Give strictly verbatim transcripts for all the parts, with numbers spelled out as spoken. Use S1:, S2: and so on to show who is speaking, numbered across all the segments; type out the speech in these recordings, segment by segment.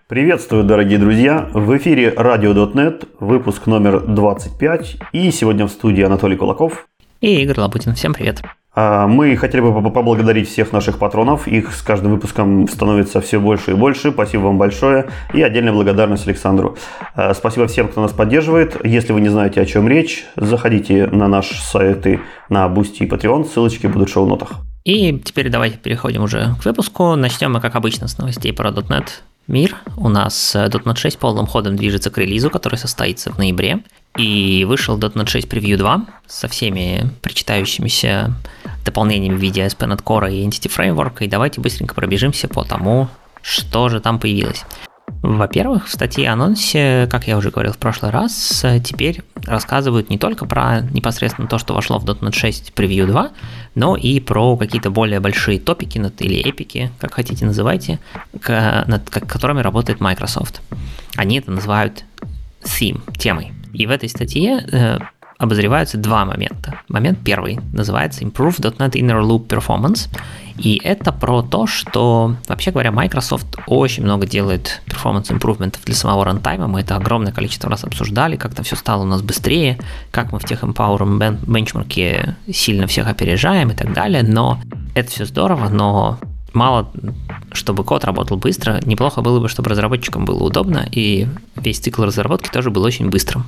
S1: Приветствую, дорогие друзья! В эфире радио точка нет, выпуск номер двадцать пять, и сегодня в студии Анатолий Кулаков
S2: и Игорь Лопутин. Всем привет!
S1: Мы хотели бы поблагодарить всех наших патронов, их с каждым выпуском становится все больше и больше, спасибо вам большое, и отдельная благодарность Александру. Спасибо всем, кто нас поддерживает. Если вы не знаете, о чем речь, заходите на наши сайты на Boosty и Patreon, ссылочки будут в шоу-нотах.
S2: И теперь давайте переходим уже к выпуску. Начнем мы, как обычно, с новостей про .точка нет мир. У нас .точка нет шесть полным ходом движется к релизу, который состоится в ноябре. И вышел .точка нет шесть Preview два со всеми причитающимися дополнениями в виде эй эс пи точка нет Core и Entity Framework. И давайте быстренько пробежимся по тому, что же там появилось. Во-первых, в статье-анонсе, как я уже говорил в прошлый раз, теперь рассказывают не только про непосредственно то, что вошло в .точка нет шесть Preview два, но и про какие-то более большие топики или эпики, как хотите называйте, над которыми работает Microsoft. Они это называют theme, темой. И в этой статье э, обозреваются два момента. Момент первый называется Improve .точка нет Inner Loop Performance. И это про то, что, вообще говоря, Microsoft очень много делает перформанс-импрувментов для самого рантайма. Мы это огромное количество раз обсуждали, как там все стало у нас быстрее, как мы в тех Empower бенчмарке сильно всех опережаем и так далее. Но это все здорово, но мало, чтобы код работал быстро, неплохо было бы, чтобы разработчикам было удобно, и весь цикл разработки тоже был очень быстрым.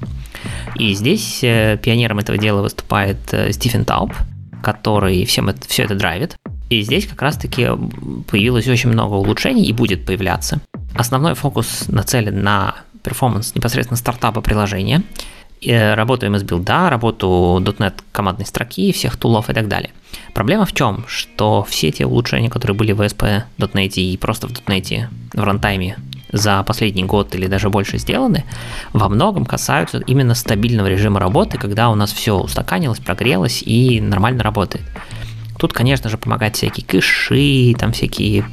S2: И здесь э, пионером этого дела выступает э, Стивен Тауб, который всем это, все это драйвит. И здесь как раз-таки появилось очень много улучшений и будет появляться. Основной фокус нацелен на перформанс непосредственно стартапа приложения, работу эм эс билда, работу .точка нет командной строки, всех тулов и так далее. Проблема в чем? Что все те улучшения, которые были в эй эс пи точка нет и просто в .точка нет в рантайме за последний год или даже больше сделаны, во многом касаются именно стабильного режима работы, когда у нас все устаканилось, прогрелось и нормально работает. Тут, конечно же, помогают всякие кэши, там всякие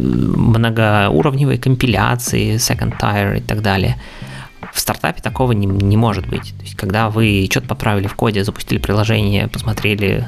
S2: многоуровневые компиляции, second tier и так далее. В стартапе такого не, не может быть. То есть, когда вы что-то поправили в коде, запустили приложение, посмотрели,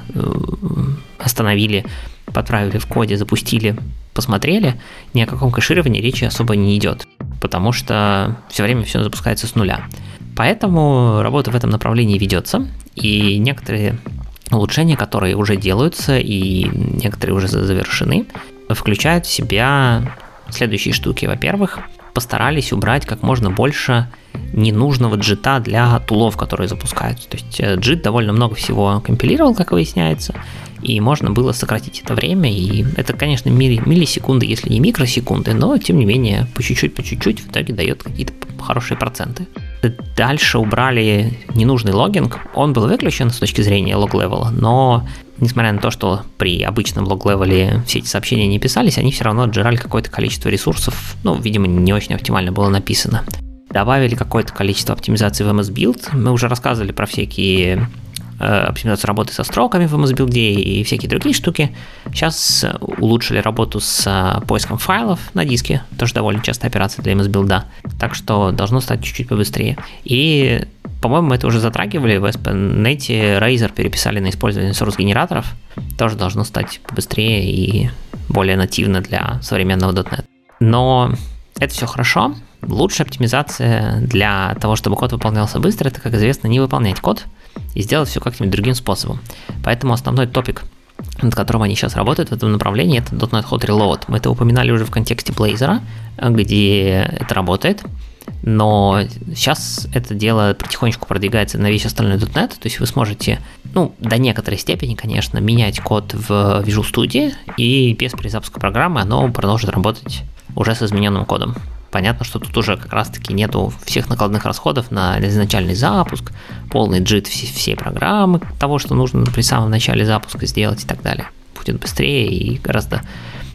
S2: остановили, подправили в коде, запустили, посмотрели, ни о каком кэшировании речи особо не идет, потому что все время все запускается с нуля. Поэтому работа в этом направлении ведется, и некоторые улучшения, которые уже делаются и некоторые уже завершены, включают в себя следующие штуки. Во-первых, постарались убрать как можно больше ненужного джита для тулов, которые запускаются. То есть джит довольно много всего компилировал, как выясняется, и можно было сократить это время. И это, конечно, миллисекунды, если не микросекунды, но, тем не менее, по чуть-чуть, по чуть-чуть в итоге дает какие-то хорошие проценты. Дальше убрали ненужный логинг. Он был выключен с точки зрения лог-левела, но несмотря на то, что при обычном лог-левеле все эти сообщения не писались, они все равно отжирали какое-то количество ресурсов. Ну, видимо, не очень оптимально было написано. Добавили какое-то количество оптимизации в эм эс билд. Мы уже рассказывали про всякие э, оптимизацию работы со строками в эм эс билде и всякие другие штуки. Сейчас улучшили работу с э, поиском файлов на диске. Тоже довольно частая операция для эм эс билда. Так что должно стать чуть-чуть побыстрее. И, по-моему, мы это уже затрагивали. В эй эс пи точка нет Razor переписали на использование source-генераторов. Тоже должно стать побыстрее и более нативно для современного .точка нет. Но это все хорошо. Лучшая оптимизация для того, чтобы код выполнялся быстро, это, как известно, не выполнять код и сделать все как-нибудь другим способом. Поэтому основной топик, над которым они сейчас работают в этом направлении, это .точка нет Hot Reload. Мы это упоминали уже в контексте Blazor, где это работает, но сейчас это дело потихонечку продвигается на весь остальной .точка нет, то есть вы сможете, ну, до некоторой степени, конечно, менять код в Visual Studio, и без перезапуска программы оно продолжит работать уже с измененным кодом. Понятно, что тут уже как раз-таки нету всех накладных расходов на изначальный запуск, полный джит всей программы, того, что нужно при самом начале запуска сделать и так далее. Будет быстрее и гораздо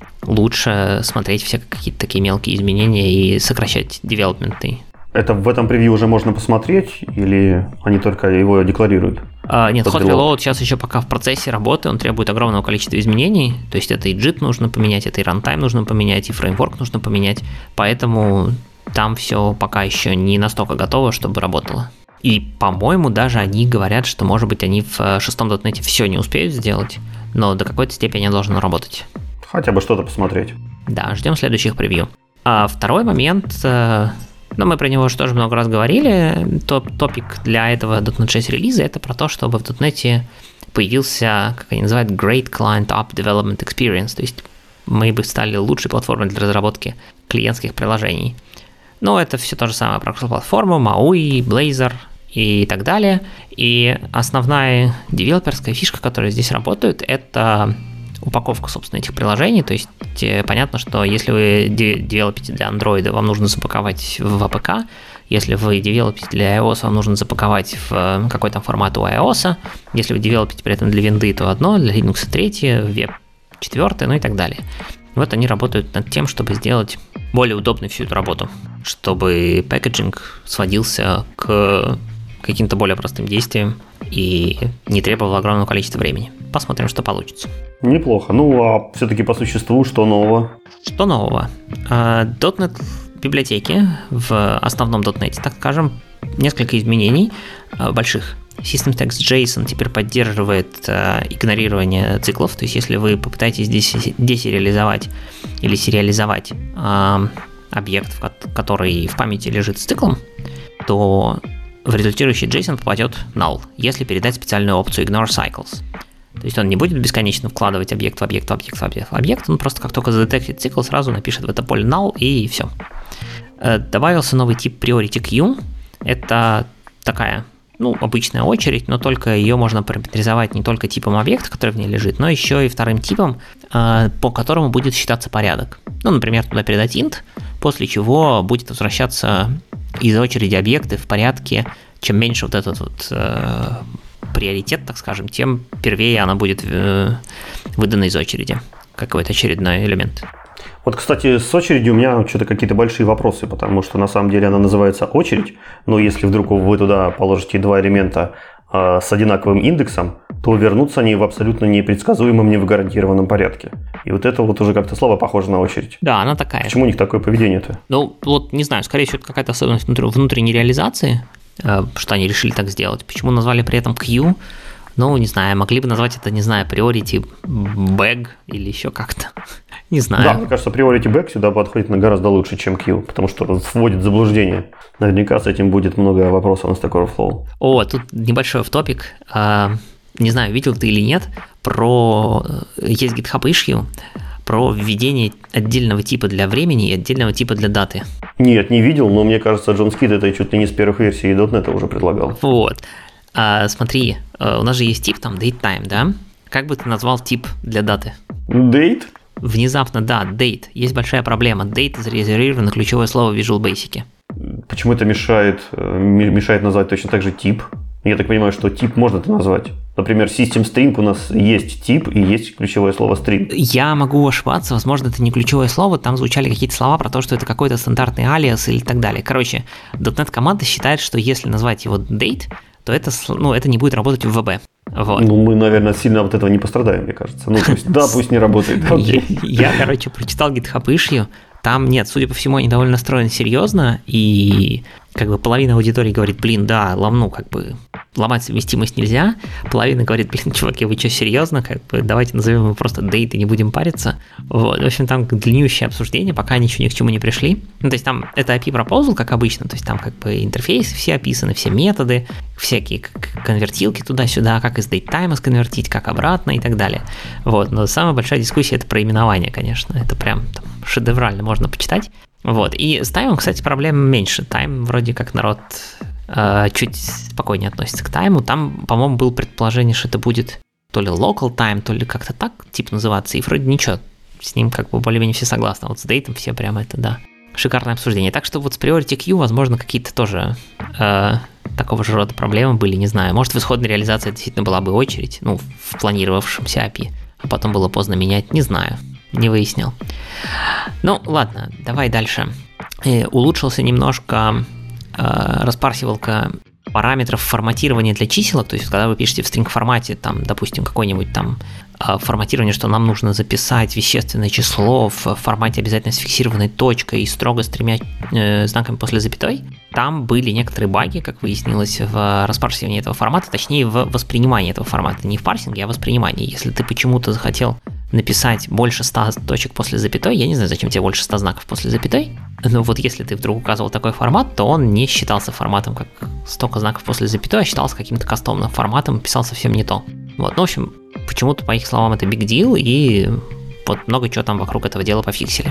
S2: лучше смотреть все какие-то такие мелкие изменения и сокращать девелопментный.
S1: Это в этом превью уже можно посмотреть, или они только его декларируют?
S2: А, нет, Hot Reload сейчас еще пока в процессе работы, он требует огромного количества изменений, то есть это и джит нужно поменять, это и рантайм нужно поменять, и фреймворк нужно поменять, поэтому там все пока еще не настолько готово, чтобы работало. И, по-моему, даже они говорят, что, может быть, они в шестом .точка нет все не успеют сделать, но до какой-то степени оно должно работать.
S1: Хотя бы что-то посмотреть.
S2: Да, ждем следующих превью. А второй момент, ну, мы про него уже тоже много раз говорили, топ, топик для этого .дот нет шесть релиза — это про то, чтобы в .дот нет появился, как они называют, Great Client App Development Experience, то есть мы бы стали лучшей платформой для разработки клиентских приложений. Но это все то же самое про кросс-платформу, Maui, Blazor и так далее. И основная девелоперская фишка, которая здесь работает, это упаковка, собственно, этих приложений. То есть понятно, что если вы девелопите для Android, вам нужно запаковать в эй пи кей. Если вы девелопите для iOS, вам нужно запаковать в какой-то формат у iOS. Если вы девелопите при этом для винды, то одно, для Linux третье, веб четвертое, ну и так далее. Вот они работают над тем, чтобы сделать более удобной всю эту работу, чтобы пэкэджинг сводился к каким-то более простым действиям и не требовал огромного количества времени. Посмотрим, что получится.
S1: Неплохо. Ну, а все-таки по существу, что нового?
S2: Что нового? .дот нет библиотеки в основном .дот нет, так скажем, несколько изменений больших. Systemtext.json теперь поддерживает э, игнорирование циклов, то есть если вы попытаетесь десериализовать или сериализовать э, объект, который в памяти лежит с циклом, то в результирующий JSON попадет null, если передать специальную опцию ignore cycles. То есть он не будет бесконечно вкладывать объект в объект в объект в объект в объект, он просто как только задетектит цикл, сразу напишет в это поле null и все. Э, добавился новый тип priority queue, это такая... ну, обычная очередь, но только ее можно параметризовать не только типом объекта, который в ней лежит, но еще и вторым типом, по которому будет считаться порядок. Ну, например, туда передать int, после чего будет возвращаться из очереди объекты в порядке. Чем меньше вот этот вот э, приоритет, так скажем, тем первее она будет э, выдана из очереди, какой-то очередной элемент.
S1: Вот, кстати, с очередью у меня что-то какие-то большие вопросы, потому что на самом деле она называется очередь, но если вдруг вы туда положите два элемента э, с одинаковым индексом, то вернутся они в абсолютно непредсказуемом, не в гарантированном порядке. И вот это вот уже как-то слабо похоже на очередь.
S2: Да, она такая.
S1: Почему у них такое поведение-то?
S2: Ну, вот не знаю, скорее всего, это какая-то особенность внутренней реализации, э, что они решили так сделать. Почему назвали при этом queue? Ну, не знаю, могли бы назвать это, не знаю, priority bag или еще как-то. Не знаю.
S1: Да, мне кажется, priority bag сюда подходит на гораздо лучше, чем queue, потому что вводит в заблуждение. Наверняка с этим будет много вопросов на Stack Overflow.
S2: О, тут небольшой офф-топик. А, не знаю, видел ты или нет, про... Есть GitHub issue про введение отдельного типа для времени и отдельного типа для даты.
S1: Нет, не видел, но мне кажется, Джон Скид это чуть ли не с первых версий .дот нет уже предлагал.
S2: Вот. А, смотри, у нас же есть тип там datetime, да? Как бы ты назвал тип для даты?
S1: Date?
S2: Внезапно, да, date. Есть большая проблема. Date зарезервировано ключевое слово в Visual Basic.
S1: Почему это мешает, мешает назвать точно так же тип? Я так понимаю, что тип можно это назвать. Например, System String у нас есть тип и есть ключевое слово string.
S2: Я могу ошибаться, возможно, это не ключевое слово, там звучали какие-то слова про то, что это какой-то стандартный алиас или так далее. Короче, .дот нет команда считает, что если назвать его date, то это, ну, это не будет работать в ВБ. Вот.
S1: Ну, мы, наверное, сильно от этого не пострадаем, мне кажется. Ну, то есть, да, пусть не работает.
S2: Я, я, короче, прочитал GitHub issue. Там нет, судя по всему, они довольно настроены серьезно, и как бы половина аудитории говорит, блин, да, ломну, как бы ломать совместимость нельзя. Половина говорит, блин, чуваки, вы что, серьезно? Как бы давайте назовем его просто date и не будем париться. Вот. В общем, там длиннющее обсуждение, пока ничего ни к чему не пришли. Ну, то есть там это эй пи ай proposal, как обычно, то есть там как бы интерфейсы все описаны, все методы, всякие конвертилки туда-сюда, как из datetime сконвертить, как обратно и так далее. Вот. Но самая большая дискуссия — это про именование, конечно. Это прям там шедеврально можно почитать. Вот. И с таймом, кстати, проблем меньше. Тайм вроде как народ э, чуть спокойнее относится к тайму. Там, по-моему, было предположение, что это будет то ли local time, то ли как-то так тип называться. И вроде ничего, с ним как бы более-менее все согласны. Вот с дейтом все прямо это, да. Шикарное обсуждение. Так что вот с priority queue, возможно, какие-то тоже э, такого же рода проблемы были, не знаю. Может, в исходной реализации действительно была бы очередь, ну, в планировавшемся эй пи ай, а потом было поздно менять, не знаю. Не выяснил. Ну, ладно, давай дальше. И улучшился немножко э, распарсивалка параметров форматирования для чиселок. То есть, когда вы пишете в string формате, там, допустим, какое-нибудь там э, форматирование, что нам нужно записать вещественное число в формате обязательно с фиксированной точкой и строго с тремя э, знаками после запятой, там были некоторые баги, как выяснилось, в распарсивании этого формата, точнее, в воспринимании этого формата. Не в парсинге, а в воспринимании. Если ты почему-то захотел написать больше ста точек после запятой. Я не знаю, зачем тебе больше ста знаков после запятой, но вот если ты вдруг указывал такой формат, то он не считался форматом как столько знаков после запятой, а считался каким-то кастомным форматом, писал совсем не то. Вот, ну, в общем, почему-то, по их словам, это big deal, и вот много чего там вокруг этого дела пофиксили.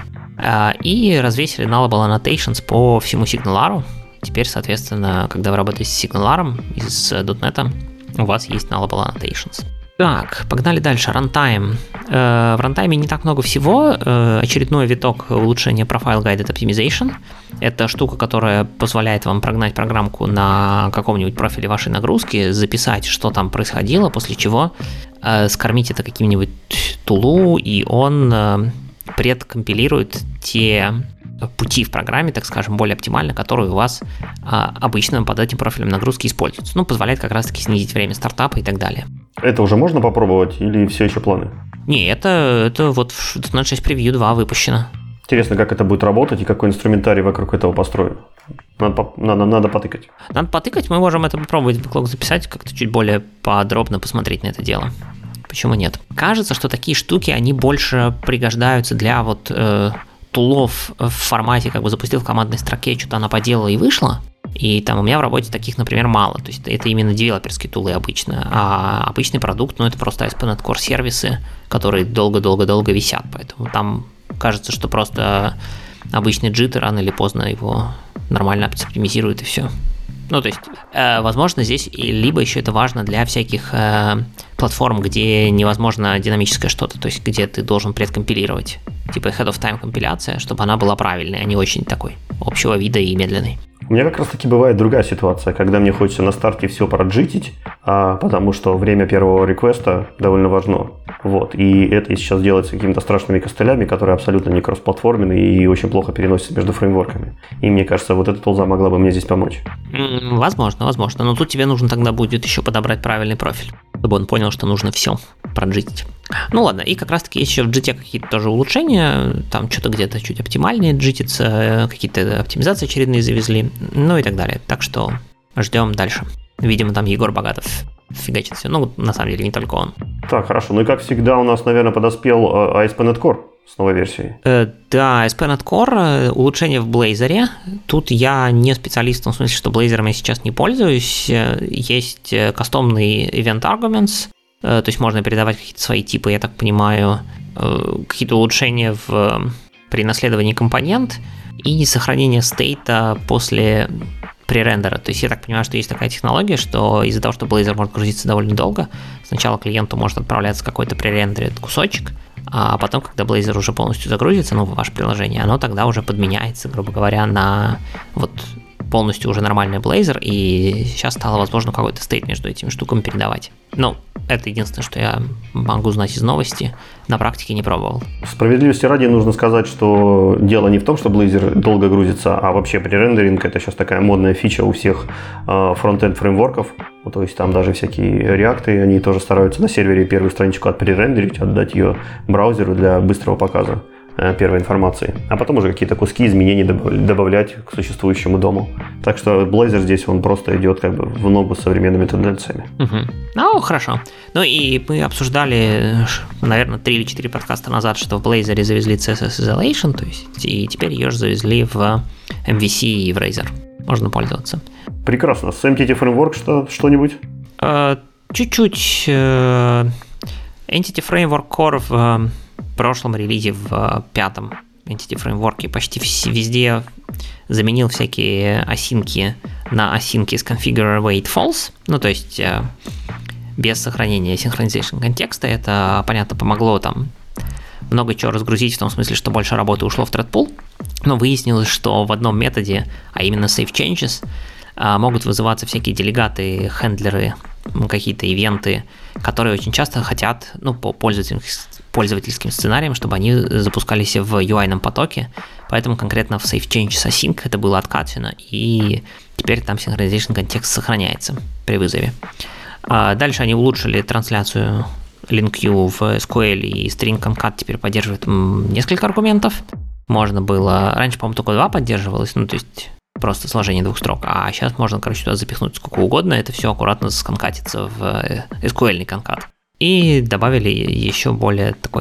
S2: И развесили nullable annotations по всему Signalar. Теперь, соответственно, когда вы работаете с Signalar из .дот нет, у вас есть nullable annotations. Так, погнали дальше. Runtime. Э, в рантайме не так много всего. Э, очередной виток улучшения Profile Guided Optimization. Это штука, которая позволяет вам прогнать программку на каком-нибудь профиле вашей нагрузки, записать, что там происходило, после чего э, скормить это каким-нибудь тулу, и он э, предкомпилирует те пути в программе, так скажем, более оптимально, которые у вас а, обычно под этим профилем нагрузки используются. Ну, позволяет как раз-таки снизить время стартапа и так далее.
S1: Это уже можно попробовать или все еще планы?
S2: Не, это, это вот в .дот нет шесть Preview два выпущено.
S1: Интересно, как это будет работать и какой инструментарий вокруг этого построен. Надо, надо, надо потыкать.
S2: Надо потыкать, мы можем это попробовать в бэклог записать, как-то чуть более подробно посмотреть на это дело. Почему нет? Кажется, что такие штуки, они больше пригождаются для вот... Э, тулов в формате, как бы запустил в командной строке, что-то она поделала и вышла, и там у меня в работе таких, например, мало, то есть это именно девелоперские тулы обычно, а обычный продукт, ну это просто эй эс пи точка нет Core сервисы, которые долго-долго-долго висят, поэтому там кажется, что просто обычный джиттер рано или поздно его нормально оптимизирует и все. Ну, то есть, э, возможно, здесь либо еще это важно для всяких э, платформ, где невозможно динамическое что-то, то есть, где ты должен предкомпилировать, типа ahead of time компиляция, чтобы она была правильной, а не очень такой общего вида и медленной.
S1: У меня как раз таки бывает другая ситуация, когда мне хочется на старте все проджитить, а, потому что время первого реквеста довольно важно. Вот. И это сейчас делается какими-то страшными костылями, которые абсолютно не кроссплатформенные и очень плохо переносятся между фреймворками. И мне кажется, вот эта тулза могла бы мне здесь помочь.
S2: Возможно, возможно. Но тут тебе нужно тогда будет еще подобрать правильный профиль, чтобы он понял, что нужно все проджитить. Ну ладно, и как раз таки есть еще в джите какие-то тоже улучшения, там что-то где-то чуть оптимальнее джитится, какие-то оптимизации очередные завезли, ну и так далее. Так что ждем дальше. Видимо, там Егор Богатов фигачит все. Ну, на самом деле, не только он.
S1: Так, хорошо. Ну и как всегда у нас, наверное, подоспел эй эс пи точка нет Core с новой версией.
S2: Э, да, эй эс пи точка нет Core, улучшение в Blazor. Тут я не специалист, в том смысле, что Blazor я сейчас не пользуюсь. Есть кастомный Event Arguments, то есть можно передавать какие-то свои типы, я так понимаю, какие-то улучшения в, при наследовании компонент и сохранение стейта после пререндера. То есть я так понимаю, что есть такая технология, что из-за того, что Blazor может грузиться довольно долго, сначала клиенту может отправляться какой-то пререндерит кусочек, а потом, когда Blazor уже полностью загрузится, ну, в ваше приложение, оно тогда уже подменяется, грубо говоря, на вот полностью уже нормальный Blazor, и сейчас стало возможно какой-то стейт между этими штуками передавать. Ну, это единственное, что я могу знать из новости, на практике не пробовал.
S1: Справедливости ради нужно сказать, что дело не в том, что Blazor долго грузится, а вообще пререндеринг — это сейчас такая модная фича у всех э, фронт-энд фреймворков. Ну, то есть там даже всякие реакты, они тоже стараются на сервере первую страничку отпререндерить, отдать ее браузеру для быстрого показа первой информации, а потом уже какие-то куски изменений добавлять к существующему дому. Так что Blazor здесь он просто идет как бы в ногу с современными тенденциями.
S2: Угу. Ну, хорошо. Ну и мы обсуждали, наверное, три или четыре подкаста назад, что в Blazor завезли си эс эс Isolation, то есть и теперь ее же завезли в эм ви си и в Razor. Можно пользоваться.
S1: Прекрасно. С Entity Framework что, что-нибудь?
S2: Э, чуть-чуть. Э, Entity Framework Core в В прошлом релизе, в пятом Entity Framework почти везде заменил всякие осинки на осинки с configure await false, ну то есть без сохранения synchronization контекста. Это, понятно, помогло там много чего разгрузить, в том смысле, что больше работы ушло в thread pool, но выяснилось, что в одном методе, а именно save changes, могут вызываться всякие делегаты, хендлеры, какие-то ивенты, которые очень часто хотят, ну, по пользовательским, пользовательским сценариям, чтобы они запускались в ю ай-ном потоке, поэтому конкретно в Save Changes Async это было откачано, и теперь там Synchronization контекст сохраняется при вызове. Дальше они улучшили трансляцию LinkU в эс кью эль, и String Concat теперь поддерживает несколько аргументов. Можно было, раньше, по-моему, только два поддерживалось, ну, то есть просто сложение двух строк, а сейчас можно, короче, туда запихнуть сколько угодно, это все аккуратно сконкатится в эс кью эль-ный конкат. И добавили еще более такой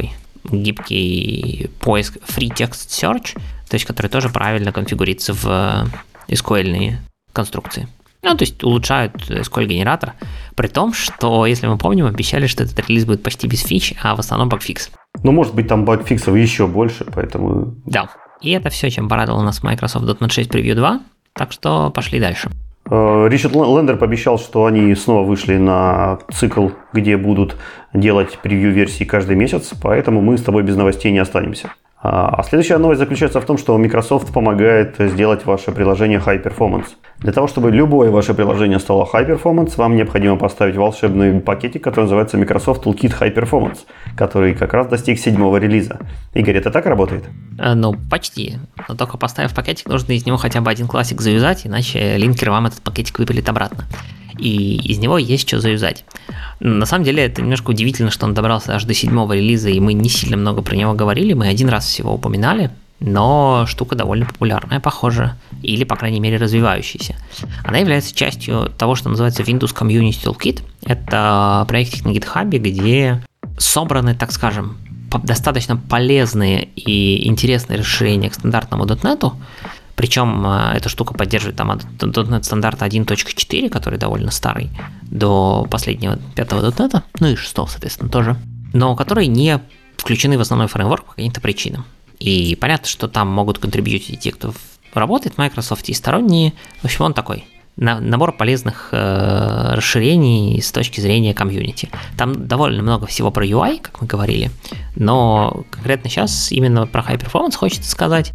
S2: гибкий поиск Free Text Search, то есть который тоже правильно конфигурится в эс ку эль-ные конструкции. Ну, то есть улучшают эс ку эль-генератор, при том, что, если мы помним, обещали, что этот релиз будет почти без фич, а в основном багфикс.
S1: Ну, может быть, там багфиксов еще больше, поэтому...
S2: Да. И это все, чем порадовал нас Microsoft .дот нет шесть Preview два, так что пошли дальше.
S1: Ричард Лендер пообещал, что они снова вышли на цикл, где будут делать превью-версии каждый месяц, поэтому мы с тобой без новостей не останемся. А следующая новость заключается в том, что Microsoft помогает сделать ваше приложение High Performance. Для того, чтобы любое ваше приложение стало High Performance, вам необходимо поставить волшебный пакетик, который называется Microsoft Toolkit High Performance, который как раз достиг седьмого релиза. Игорь, это так работает?
S2: Ну, почти. Но только поставив пакетик, нужно из него хотя бы один классик завязать, иначе линкер вам этот пакетик выпилит обратно. И из него есть что заюзать. На самом деле, это немножко удивительно, что он добрался аж до седьмого релиза, и мы не сильно много про него говорили, мы один раз всего упоминали, но штука довольно популярная, похоже, или, по крайней мере, развивающаяся. Она является частью того, что называется Windows Community Toolkit. Это проектик на GitHub, где собраны, так скажем, достаточно полезные и интересные расширения к стандартному .дот нет. Причем эта штука поддерживает там от .дот нет стандарта один точка четыре, который довольно старый, до последнего пятого .дот нет, ну и шестого, соответственно, тоже, но которые не включены в основной фреймворк по каким-то причинам. И понятно, что там могут контрибьютить те, кто работает в Microsoft, и сторонние. В общем, он такой набор полезных э, расширений с точки зрения комьюнити. Там довольно много всего про ю ай, как мы говорили, но конкретно сейчас именно про High Performance хочется сказать.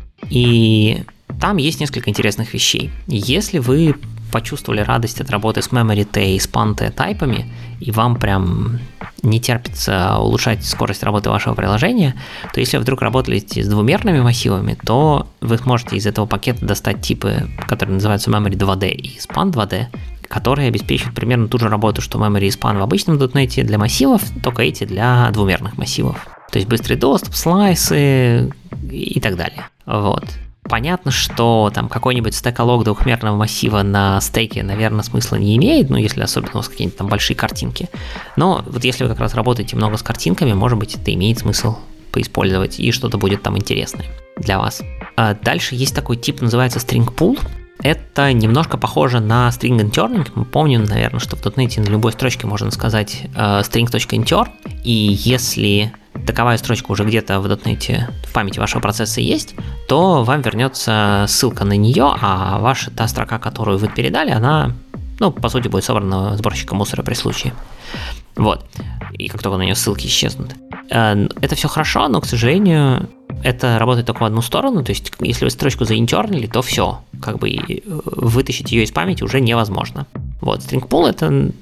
S2: И там есть несколько интересных вещей. Если вы почувствовали радость от работы с memory-t и span-t тайпами, и вам прям не терпится улучшать скорость работы вашего приложения, то если вы вдруг работаете с двумерными массивами, то вы сможете из этого пакета достать типы, которые называются memory два дэ и span два дэ, которые обеспечивают примерно ту же работу, что memory и span в обычном .дот нет для массивов, только эти для двумерных массивов. То есть быстрый доступ, слайсы и так далее. Вот. Понятно, что там какой-нибудь стеколог двухмерного массива на стеке, наверное, смысла не имеет, ну, если особенно у вас какие-нибудь там большие картинки. Но вот если вы как раз работаете много с картинками, может быть, это имеет смысл поиспользовать, и что-то будет там интересное для вас. А дальше есть такой тип, называется string pool. Это немножко похоже на string interning. Мы помним, наверное, что в .дот нет на любой строчке можно сказать uh, string.inter, и если таковая строчка уже где-то в .дот нет в памяти вашего процесса есть, то вам вернется ссылка на нее, а ваша та строка, которую вы передали, она, ну, по сути, будет собрана сборщиком мусора при случае. Вот. И как только на нее ссылки исчезнут. Это все хорошо, но, к сожалению, это работает только в одну сторону. То есть, если вы строчку заинтернили, то все. Как бы вытащить ее из памяти уже невозможно. Вот. String pool — это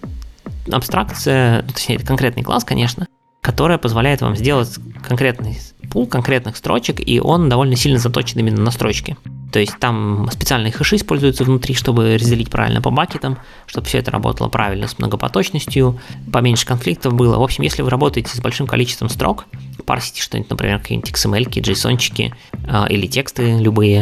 S2: абстракция, точнее, это конкретный класс, конечно, которая позволяет вам сделать конкретный пул конкретных строчек, и он довольно сильно заточен именно на строчки. То есть там специальные хэши используются внутри, чтобы разделить правильно по бакетам, чтобы все это работало правильно с многопоточностью, поменьше конфликтов было. В общем, если вы работаете с большим количеством строк, парсите что-нибудь, например, какие-нибудь икс эм эль-ки, джейсончики э, или тексты любые,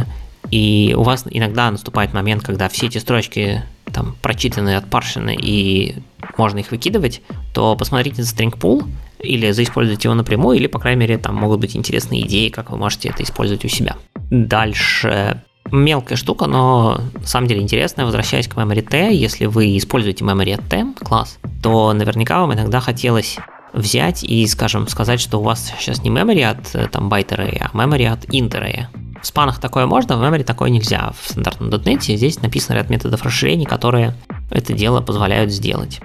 S2: и у вас иногда наступает момент, когда все эти строчки там прочитаны, отпаршены, и можно их выкидывать, то посмотрите за string pool, или заиспользуйте его напрямую, или, по крайней мере, там могут быть интересные идеи, как вы можете это использовать у себя. Дальше мелкая штука, но на самом деле интересная. Возвращаясь к memory-t, если вы используете memory-t класс, то наверняка вам иногда хотелось взять и, скажем, сказать, что у вас сейчас не memory от там byte-array, а memory от int-array. В спанах такое можно, в memory такое нельзя. В стандартном .дот нет здесь написано ряд методов расширений, которые это дело позволяют сделать.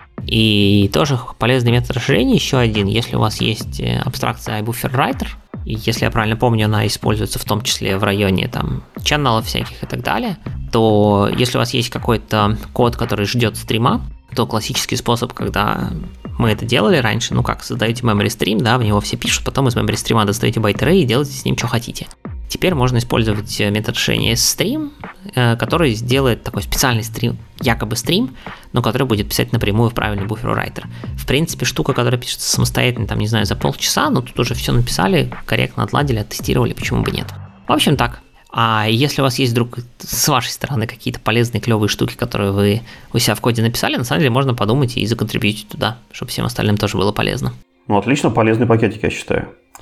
S2: И тоже полезный метод расширения еще один. Если у вас есть абстракция iBufferWriter, и если я правильно помню, она используется в том числе в районе там ченнелов всяких и так далее, то если у вас есть какой-то код, который ждет стрима, то классический способ, когда мы это делали раньше, ну как, создаете memory stream, да, в него все пишут, потом из memory stream достаете byte-array и делаете с ним, что хотите. Теперь можно использовать метод расширения stream, который сделает такой специальный стрим, якобы стрим, но который будет писать напрямую в правильный буфер-райтер. В принципе, штука, которая пишется самостоятельно, там, не знаю, за полчаса, но тут уже все написали, корректно отладили, оттестировали, почему бы нет. В общем, так. А если у вас есть вдруг с вашей стороны какие-то полезные, клевые штуки, которые вы у себя в коде написали, на самом деле можно подумать и законтрибьютить туда, чтобы всем остальным тоже было полезно.
S1: Ну, отлично, полезный пакетик, я считаю.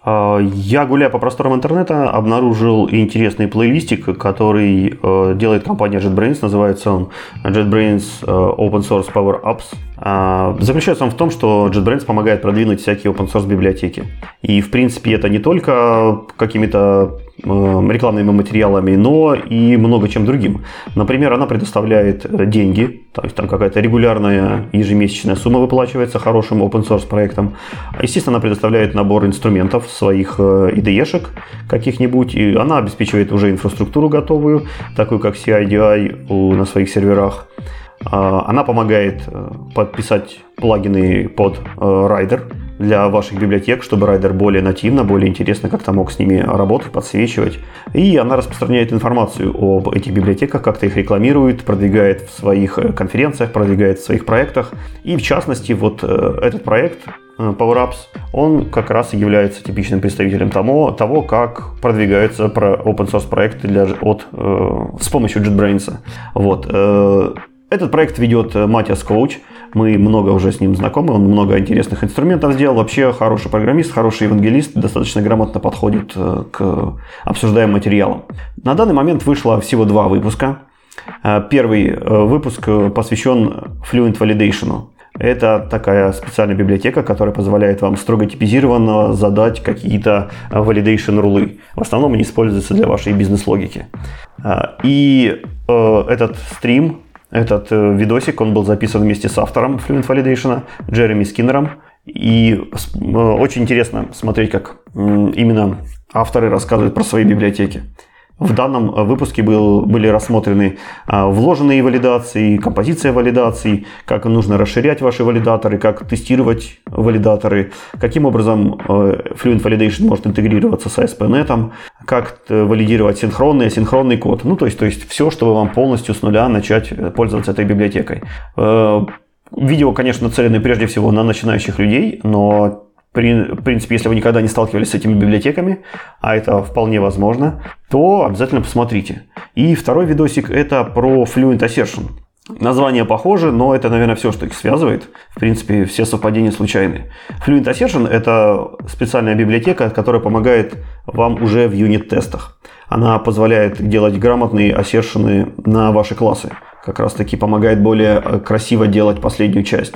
S1: Я, гуляя по просторам интернета, обнаружил интересный плейлистик, который э, делает компания JetBrains. Называется он JetBrains Open Source Power Apps. Э, заключается он в том, что JetBrains помогает продвинуть всякие open source библиотеки. И, в принципе, это не только какими-то э, рекламными материалами, но и много чем другим. Например, она предоставляет деньги, то есть там какая-то регулярная ежемесячная сумма выплачивается хорошим open source проектам. Естественно, она предоставляет набор инструментов, своих ай ди и-шек каких-нибудь, и она обеспечивает уже инфраструктуру готовую, такую как си ай ди ай на своих серверах. Она помогает подписать плагины под Rider для ваших библиотек, чтобы Rider более нативно, более интересно как-то мог с ними работать, подсвечивать. И она распространяет информацию об этих библиотеках, как-то их рекламирует, продвигает в своих конференциях, продвигает в своих проектах. И в частности, вот этот проект PowerApps, он как раз и является типичным представителем того, того как продвигаются open source проекты для, от, э, с помощью JetBrains. Вот. Э, этот проект ведет Матиас Коуч. Мы много уже с ним знакомы, он много интересных инструментов сделал. Вообще хороший программист, хороший евангелист, достаточно грамотно подходит к обсуждаемым материалам. На данный момент вышло всего два выпуска. Первый выпуск посвящен Fluent Validation. Это такая специальная библиотека, которая позволяет вам строго типизированно задать какие-то validation рулы. В основном они используются для вашей бизнес-логики. И этот стрим, этот видосик, он был записан вместе с автором Fluent Validation, Джереми Скиннером. И очень интересно смотреть, как именно авторы рассказывают про свои библиотеки. В данном выпуске был, были рассмотрены вложенные валидации, композиция валидаций, как нужно расширять ваши валидаторы, как тестировать валидаторы, каким образом Fluent Validation может интегрироваться с эй эс пи точка нет, как валидировать синхронный и асинхронный код. Ну, то есть, то есть все, чтобы вам полностью с нуля начать пользоваться этой библиотекой. Видео, конечно, нацелены прежде всего на начинающих людей, но в принципе, если вы никогда не сталкивались с этими библиотеками, а это вполне возможно, то обязательно посмотрите. И второй видосик – это про Fluent Assertion. Название похоже, но это, наверное, все, что их связывает. В принципе, все совпадения случайны. Fluent Assertion – это специальная библиотека, которая помогает вам уже в юнит-тестах. Она позволяет делать грамотные ассершены на ваши классы. Как раз таки помогает более красиво делать последнюю часть.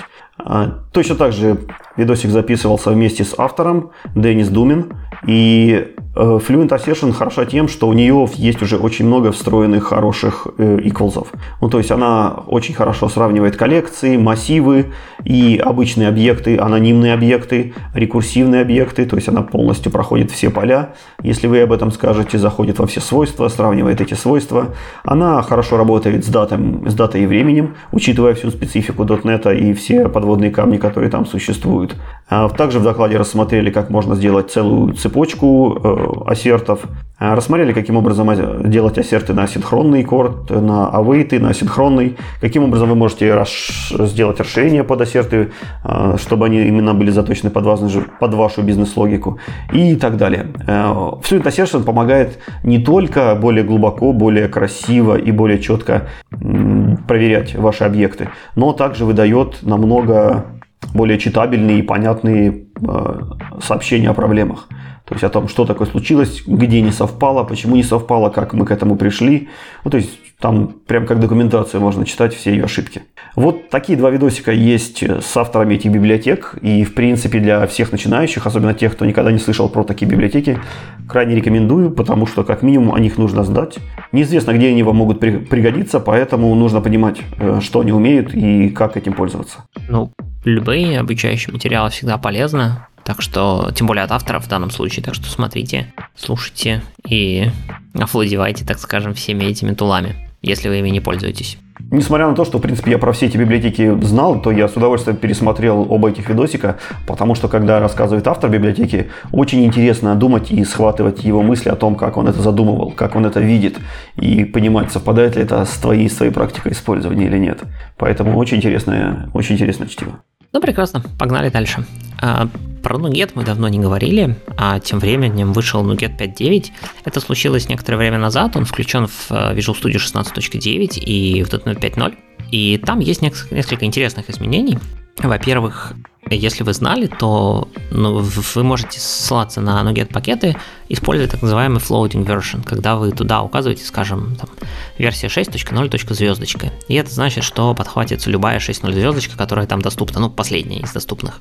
S1: Точно так же видосик записывался вместе с автором Денис Думин. И Fluent Assertion хороша тем, что у нее есть уже очень много встроенных хороших equals'ов. Ну, то есть она очень хорошо сравнивает коллекции, массивы и обычные объекты, анонимные объекты, рекурсивные объекты. То есть она полностью проходит все поля. Если вы об этом скажете, заходит во все свойства, сравнивает эти свойства. Она хорошо работает с, датом, с датой и временем, учитывая всю специфику .дот нет и все подводные камни, которые там существуют. Также в докладе рассмотрели, как можно сделать целую цепочку э, ассертов. Рассмотрели, каким образом делать ассерты на асинхронный код, на await, на асинхронный. Каким образом вы можете расш... сделать расширение под ассерты, э, чтобы они именно были заточены под, вас, под вашу бизнес-логику и так далее. Э, Fluent Assertion помогает не только более глубоко, более красиво и более четко м, проверять ваши объекты, но также выдает намного более читабельные и понятные э, сообщения о проблемах. То есть о том, что такое случилось, где не совпало, почему не совпало, как мы к этому пришли. Ну, то есть там прям как документацию можно читать все ее ошибки. Вот такие два видосика есть с авторами этих библиотек. И в принципе для всех начинающих, особенно тех, кто никогда не слышал про такие библиотеки, крайне рекомендую, потому что как минимум о них нужно знать. Неизвестно, где они вам могут пригодиться, поэтому нужно понимать, что они умеют и как этим пользоваться.
S2: Ну, любые обучающие материалы всегда полезны. Так что, тем более от авторов в данном случае, так что смотрите, слушайте и овладевайте, так скажем, всеми этими тулами, если вы ими не пользуетесь.
S1: Несмотря на то, что, в принципе, я про все эти библиотеки знал, то я с удовольствием пересмотрел оба этих видосика, потому что, когда рассказывает автор библиотеки, очень интересно думать и схватывать его мысли о том, как он это задумывал, как он это видит, и понимать, совпадает ли это с твоей, с твоей практикой использования или нет. Поэтому очень интересное, очень интересное чтиво.
S2: Ну, прекрасно, погнали дальше. А, про Nuget мы давно не говорили, а тем временем вышел Nuget пять точка девять. Это случилось некоторое время назад, он включен в Visual Studio шестнадцать точка девять и в .дот нет пять точка ноль. И там есть несколько интересных изменений. Во-первых, Если вы знали, то ну, вы можете ссылаться на NuGet пакеты, используя так называемый floating version, когда вы туда указываете, скажем, там, версия шесть точка ноль звездочка. И это значит, что подхватится любая шесть точка ноль звездочка, которая там доступна, ну, последняя из доступных.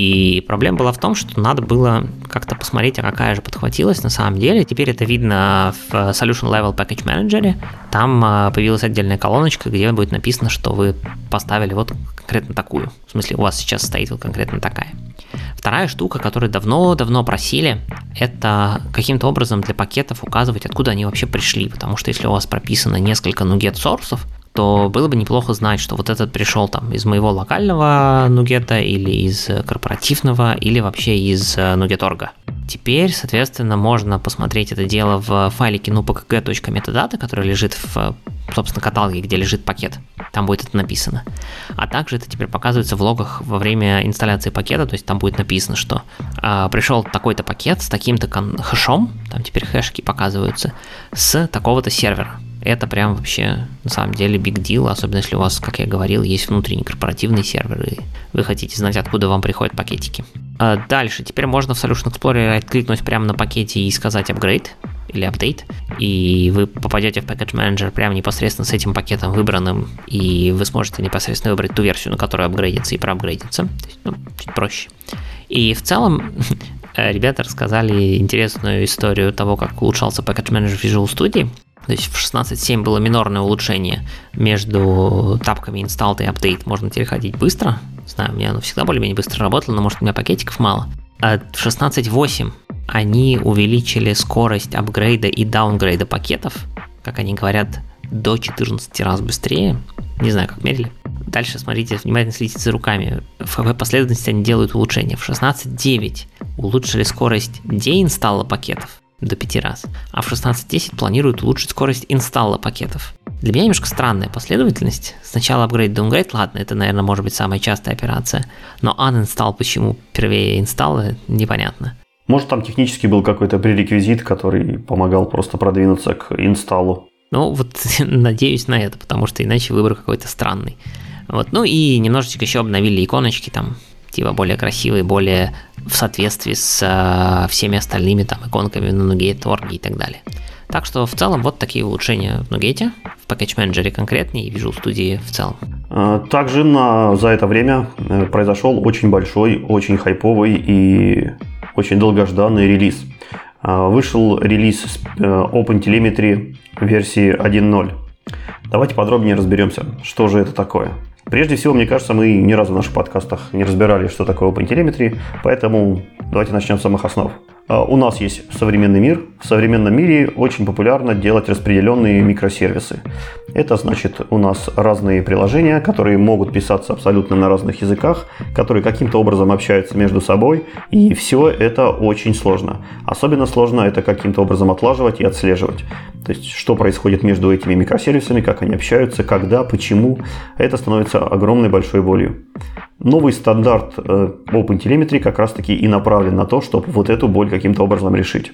S2: И проблема была в том, что надо было как-то посмотреть, а какая же подхватилась на самом деле. Теперь это видно в Solution Level Package Manager. Там появилась отдельная колоночка, где будет написано, что вы поставили вот конкретно такую. В смысле, у вас сейчас стоит вот конкретно такая. Вторая штука, которую давно-давно просили, это каким-то образом для пакетов указывать, откуда они вообще пришли. Потому что если у вас прописано несколько NuGet сорсов, то было бы неплохо знать, что вот этот пришел там из моего локального NuGet или из корпоративного, или вообще из NuGet.org. Теперь, соответственно, можно посмотреть это дело в файлике nupkg.metadata, который лежит в, собственно, каталоге, где лежит пакет. Там будет это написано. А также это теперь показывается в логах во время инсталляции пакета, то есть там будет написано, что э, пришел такой-то пакет с таким-то кон- хэшом, там теперь хэшки показываются, с такого-то сервера. Это прям вообще на самом деле big deal, особенно если у вас, как я говорил, есть внутренний корпоративный сервер, и вы хотите знать, откуда вам приходят пакетики. А дальше, теперь можно в Solution Explorer кликнуть прямо на пакете и сказать upgrade или update, и вы попадете в Package Manager прямо непосредственно с этим пакетом выбранным, и вы сможете непосредственно выбрать ту версию, на которую апгрейдится и проапгрейдится. То есть, ну, чуть проще. И в целом ребята рассказали интересную историю того, как улучшался Package Manager в Visual Studio. То есть в шестнадцать точка семь было минорное улучшение между тапками install и update. Можно переходить быстро. Не знаю, у меня оно всегда более-менее быстро работало, но может у меня пакетиков мало. А в шестнадцать точка восемь они увеличили скорость апгрейда и даунгрейда пакетов, как они говорят, до четырнадцать раз быстрее. Не знаю, как мерили. Дальше смотрите, внимательно следите за руками. В какой последовательности они делают улучшения. В шестнадцать точка девять улучшили скорость деинсталла пакетов до пяти раз, а в шестнадцать точка десять планируют улучшить скорость инсталла пакетов. Для меня немножко странная последовательность. Сначала апгрейд, даунгрейд, ладно, это, наверное, может быть самая частая операция, но uninstall почему первее инсталла, непонятно.
S1: Может, там технически был какой-то пререквизит, который помогал просто продвинуться к инсталлу.
S2: Ну, вот надеюсь на это, потому что иначе выбор какой-то странный. Вот. Ну и немножечко еще обновили иконочки там, типа более красивые, более в соответствии с э, всеми остальными там иконками на NuGet.org и так далее. Так что в целом вот такие улучшения в NuGet, в Package Manager конкретнее и в Visual Studio в целом.
S1: Также на, за это время произошел очень большой, очень хайповый и очень долгожданный релиз. Вышел релиз OpenTelemetry версии один ноль. Давайте подробнее разберемся, что же это такое. Прежде всего, мне кажется, мы ни разу в наших подкастах не разбирали, что такое OpenTelemetry, поэтому давайте начнем с самых основ. У нас есть современный мир. В современном мире очень популярно делать распределенные микросервисы. Это значит, у нас разные приложения, которые могут писаться абсолютно на разных языках, которые каким-то образом общаются между собой, и все это очень сложно. Особенно сложно это каким-то образом отлаживать и отслеживать. То есть, что происходит между этими микросервисами, как они общаются, когда, почему. Это становится огромной большой болью. Новый стандарт OpenTelemetry как раз таки и направлен на то, чтобы вот эту боль каким-то образом решить.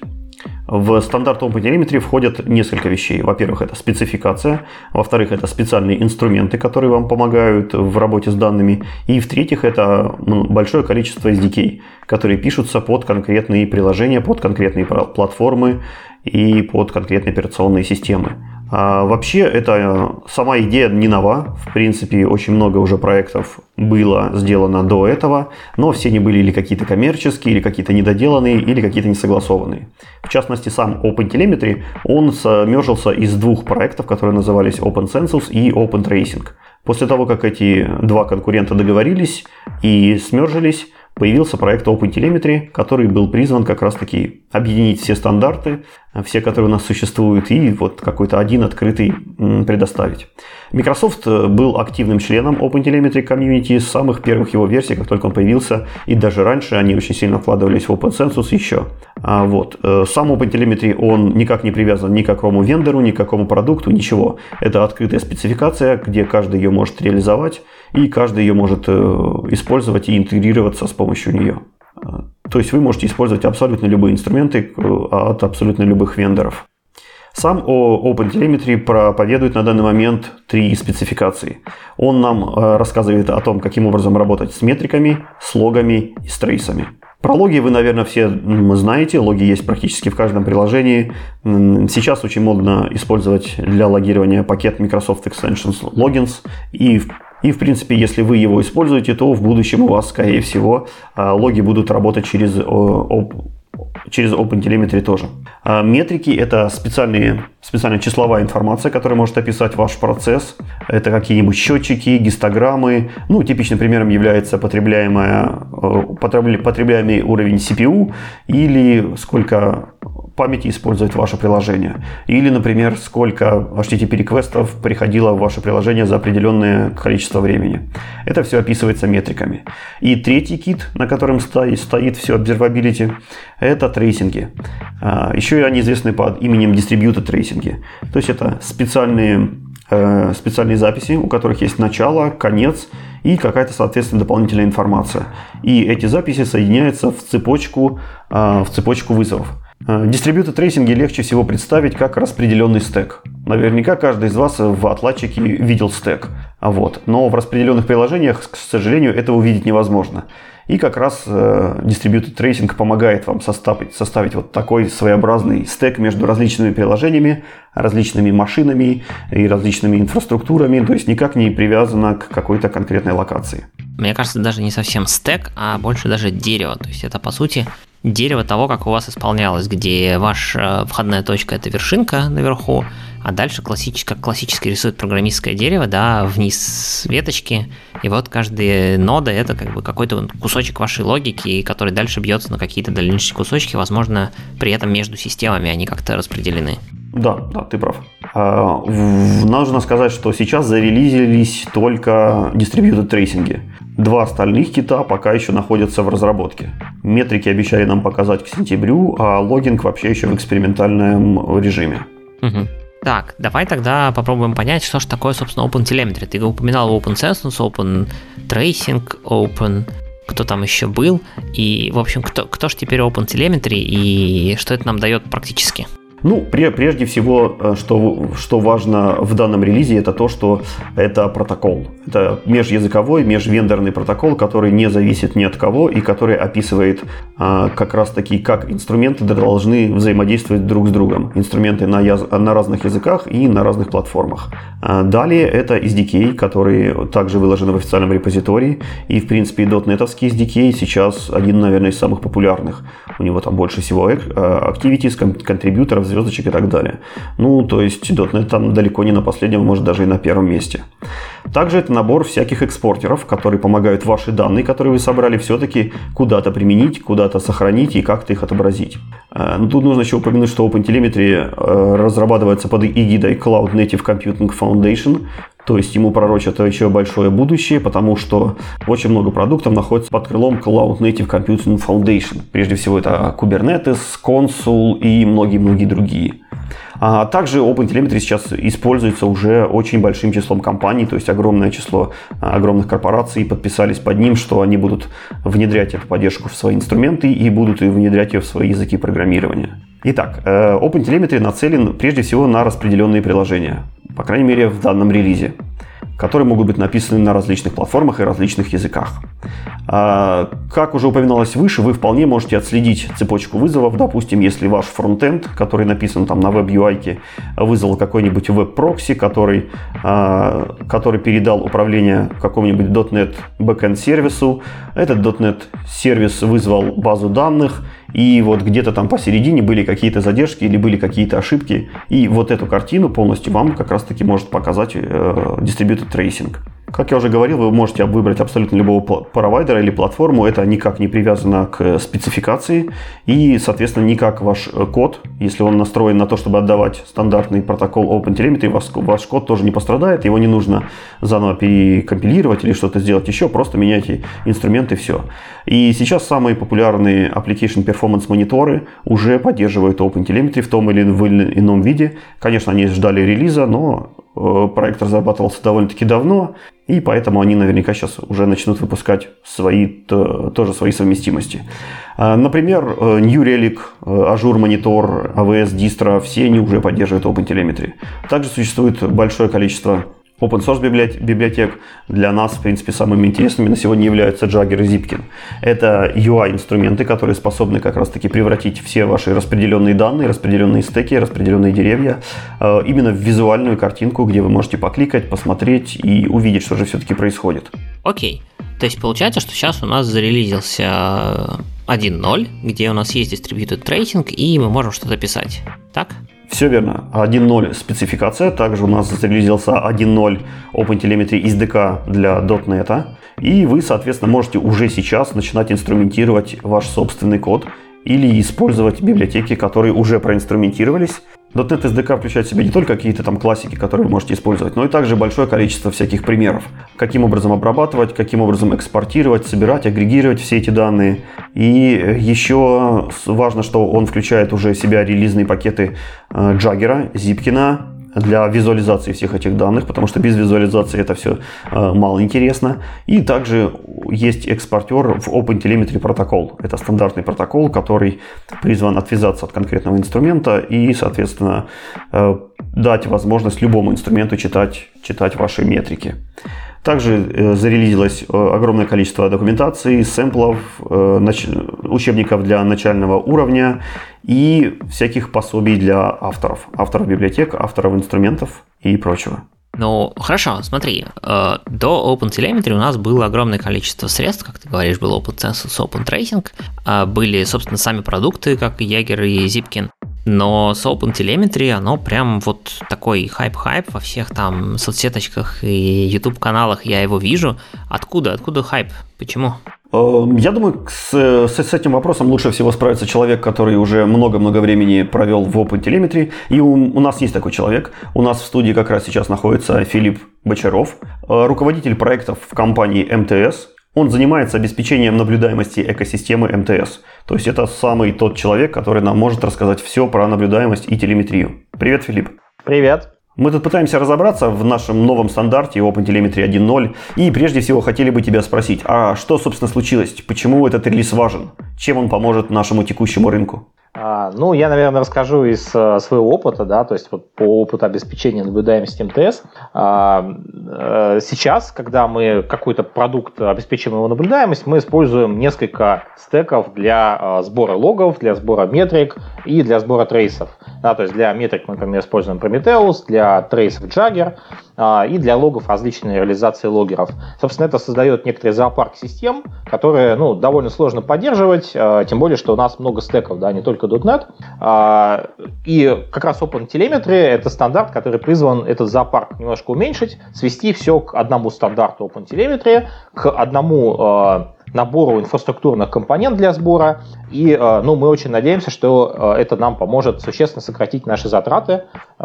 S1: В стандарт OpenTelemetry входят несколько вещей. Во-первых, это спецификация. Во-вторых, это специальные инструменты, которые вам помогают в работе с данными. И в-третьих, это большое количество эс ди кей, которые пишутся под конкретные приложения, под конкретные платформы и под конкретные операционные системы. А вообще, это сама идея не нова. В принципе, очень много уже проектов было сделано до этого, но все они были или какие-то коммерческие, или какие-то недоделанные, или какие-то несогласованные. В частности, сам OpenTelemetry, он смержился из двух проектов, которые назывались OpenCensus и OpenTracing. После того, как эти два конкурента договорились и смержились, появился проект OpenTelemetry, который был призван как раз-таки объединить все стандарты, все, которые у нас существуют, и вот какой-то один открытый предоставить. Microsoft был активным членом OpenTelemetry комьюнити с самых первых его версий, как только он появился, и даже раньше они очень сильно вкладывались в OpenCensus еще. А вот. Сам OpenTelemetry, он никак не привязан ни к какому вендору, ни к какому продукту, ничего. Это открытая спецификация, где каждый ее может реализовать, и каждый ее может использовать и интегрироваться с помощью нее. То есть вы можете использовать абсолютно любые инструменты от абсолютно любых вендоров. Сам OpenTelemetry проповедует на данный момент три спецификации. Он нам рассказывает о том, каким образом работать с метриками, с логами и с трейсами. Про логи вы, наверное, все знаете. Логи есть практически в каждом приложении. Сейчас очень модно использовать для логирования пакет Microsoft Extensions Logins. И, и, в принципе, если вы его используете, то в будущем у вас, скорее всего, логи будут работать через, через OpenTelemetry тоже. Метрики – это специальные, специальная числовая информация, которая может описать ваш процесс. Это какие-нибудь счетчики, гистограммы. Ну, типичным примером является потребляемая, потребляемый уровень си пи ю или сколько памяти использует ваше приложение. Или, например, сколько эйч ти ти пи-реквестов приходило в ваше приложение за определенное количество времени. Это все описывается метриками. И третий кит, на котором стоит, стоит все observability, это трейсинги. Еще они известны под именем distributed трейсинги. То есть это специальные, э, специальные записи, у которых есть начало, конец и какая-то, соответственно, дополнительная информация. И эти записи соединяются в цепочку, э, в цепочку вызовов. Distributed трейсинги легче всего представить как распределенный стек. Наверняка каждый из вас в отладчике видел стек. Вот. Но в распределенных приложениях, к сожалению, этого увидеть невозможно. И как раз э, Distributed Tracing помогает вам составить, составить вот такой своеобразный стек между различными приложениями, различными машинами и различными инфраструктурами, то есть никак не привязано к какой-то конкретной локации.
S2: Мне кажется, даже не совсем стек, а больше даже дерево. То есть это, по сути, дерево того, как у вас исполнялось, где ваша входная точка – это вершинка наверху, а дальше классически, классически рисует программистское дерево, да, вниз веточки, и вот каждая нода – это как бы какой-то кусочек вашей логики, который дальше бьется на какие-то дальнейшие кусочки, возможно, при этом между системами они как-то распределены.
S1: Да, да, ты прав. Нужно сказать, что сейчас зарелизились только distributed трейсинги. Два остальных кита пока еще находятся в разработке. Метрики обещали нам показать к сентябрю, а логинг вообще еще в экспериментальном режиме.
S2: Угу. Так, давай тогда попробуем понять, что же такое, собственно, OpenTelemetry. Ты упоминал OpenCessness, OpenTracing, Open... Кто там еще был? И, в общем, кто, кто же теперь OpenTelemetry и что это нам дает практически?
S1: Ну, прежде всего, что, что важно в данном релизе, это то, что это протокол. Это межязыковой, межвендорный протокол, который не зависит ни от кого и который описывает а, как раз-таки, как инструменты должны взаимодействовать друг с другом. Инструменты на, яз... на разных языках и на разных платформах. А далее это эс ди кей, который также выложен в официальном репозитории. И, в принципе, .NET-овский эс ди кей сейчас один, наверное, из самых популярных. У него там больше всего activities, контрибьюторов, звездочек и так далее. Ну, то есть .NET там далеко не на последнем, может даже и на первом месте. Также это набор всяких экспортеров, которые помогают ваши данные, которые вы собрали, все-таки куда-то применить, куда-то сохранить и как-то их отобразить. Но тут нужно еще упомянуть, что OpenTelemetry разрабатывается под эгидой Cloud Native Computing Foundation, то есть ему пророчат еще большое будущее, потому что очень много продуктов находится под крылом Cloud Native Computing Foundation. Прежде всего это Kubernetes, Consul и многие-многие другие. А также OpenTelemetry сейчас используется уже очень большим числом компаний, то есть огромное число огромных корпораций подписались под ним, что они будут внедрять эту поддержку в свои инструменты и будут внедрять ее в свои языки программирования. Итак, OpenTelemetry нацелен прежде всего на распределенные приложения, по крайней мере в данном релизе, которые могут быть написаны на различных платформах и различных языках. Как уже упоминалось выше, вы вполне можете отследить цепочку вызовов. Допустим, если ваш фронтенд, который написан там на веб-ю ай, вызвал какой-нибудь веб-прокси, который, который передал управление какому-нибудь .NET backend сервису, этот .NET сервис вызвал базу данных, и вот где-то там посередине были какие-то задержки или были какие-то ошибки, и вот эту картину полностью вам как раз-таки может показать э, Distributed Tracing. Как я уже говорил, вы можете выбрать абсолютно любого провайдера или платформу, это никак не привязано к спецификации, и, соответственно, никак ваш код, если он настроен на то, чтобы отдавать стандартный протокол OpenTelemetry, ваш, ваш код тоже не пострадает, его не нужно заново перекомпилировать или что-то сделать еще, просто меняйте инструменты и все. И сейчас самые популярные application performance мониторы уже поддерживают OpenTelemetry в том или ином виде. Конечно, они ждали релиза, но проект разрабатывался довольно-таки давно, и поэтому они наверняка сейчас уже начнут выпускать свои, то, тоже свои совместимости. Например, New Relic, Azure Monitor, эй ви эс Distro, все они уже поддерживают OpenTelemetry. Также существует большое количество open source библиотек. Для нас, в принципе, самыми интересными на сегодня являются Jagger и Zipkin. Это ю ай-инструменты, которые способны как раз-таки превратить все ваши распределенные данные, распределенные стеки, распределенные деревья э, именно в визуальную картинку, где вы можете покликать, посмотреть и увидеть, что же все-таки происходит.
S2: Окей. То есть получается, что сейчас у нас зарелизился один ноль, где у нас есть Distributed Tracing, и мы можем что-то писать. Так?
S1: Все верно. один ноль спецификация. Также у нас зарелизился один ноль OpenTelemetry эс ди кей для .дот нет. И вы, соответственно, можете уже сейчас начинать инструментировать ваш собственный код или использовать библиотеки, которые уже проинструментировались. .дот нет эс ди кей включает в себя не только какие-то там классики, которые вы можете использовать, но и также большое количество всяких примеров. Каким образом обрабатывать, каким образом экспортировать, собирать, агрегировать все эти данные. И еще важно, что он включает уже в себя релизные пакеты Jagger, Zipkin для визуализации всех этих данных, потому что без визуализации это все э, мало интересно. И также есть экспортер в OpenTelemetry протокол. Это стандартный протокол, который призван отвязаться от конкретного инструмента и, соответственно, э, дать возможность любому инструменту читать, читать ваши метрики. Также э, зарелизилось э, огромное количество документации, сэмплов, э, нач... учебников для начального уровня и всяких пособий для авторов. Авторов библиотек, авторов инструментов и прочего.
S2: Ну, хорошо, смотри, э, до OpenTelemetry у нас было огромное количество средств, как ты говоришь, был OpenCensus, OpenTracing, э, были, собственно, сами продукты, как Jagger и Zipkin. Но с OpenTelemetry оно прям вот такой хайп-хайп во всех там соцсеточках и YouTube-каналах я его вижу. Откуда? Откуда хайп? Почему?
S1: Я думаю, с, с, с этим вопросом лучше всего справится человек, который уже много-много времени провел в OpenTelemetry. И у, у нас есть такой человек. У нас в студии как раз сейчас находится Филипп Бочаров, руководитель проектов в компании эм тэ эс. Он занимается обеспечением наблюдаемости экосистемы эм тэ эс. То есть это самый тот человек, который нам может рассказать все про наблюдаемость и телеметрию. Привет, Филипп.
S3: Привет.
S1: Мы тут пытаемся разобраться в нашем новом стандарте OpenTelemetry один ноль. И прежде всего хотели бы тебя спросить, а что, собственно, случилось? Почему этот релиз важен? Чем он поможет нашему текущему рынку?
S3: А, ну, я, наверное, расскажу из а, своего опыта, да, то есть вот по опыту обеспечения наблюдаемости эм тэ эс. А, а, сейчас, когда мы какой-то продукт обеспечиваем его наблюдаемость, мы используем несколько стеков для а, сбора логов, для сбора метрик и для сбора трейсов. Да, то есть для метрик мы, например, используем Prometheus, для трейсов Jagger а, и для логов различные реализации логеров. Собственно, это создает некоторый зоопарк систем, которые, ну, довольно сложно поддерживать, а, тем более, что у нас много стеков, да, не только .дот нет. А, и как раз OpenTelemetry — это стандарт, который призван этот зоопарк немножко уменьшить, свести все к одному стандарту OpenTelemetry, к одному а, набору инфраструктурных компонент для сбора. И ну, мы очень надеемся, что это нам поможет существенно сократить наши затраты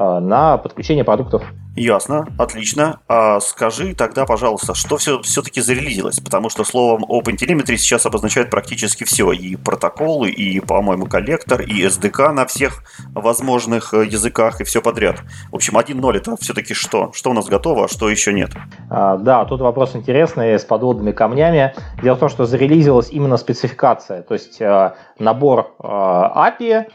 S3: на подключение продуктов.
S1: Ясно, отлично. А скажи тогда, пожалуйста, что все, все-таки зарелизилось? Потому что словом OpenTelemetry сейчас обозначает практически все. И протоколы, и, по-моему, коллектор, и эс ди кей на всех возможных языках, и все подряд. В общем, один ноль это все-таки что? Что у нас готово, а что еще нет?
S3: А, да, тут вопрос интересный, с подводными камнями. Дело в том, что зарелизилась именно спецификация, то есть э, набор э, эй пи ай,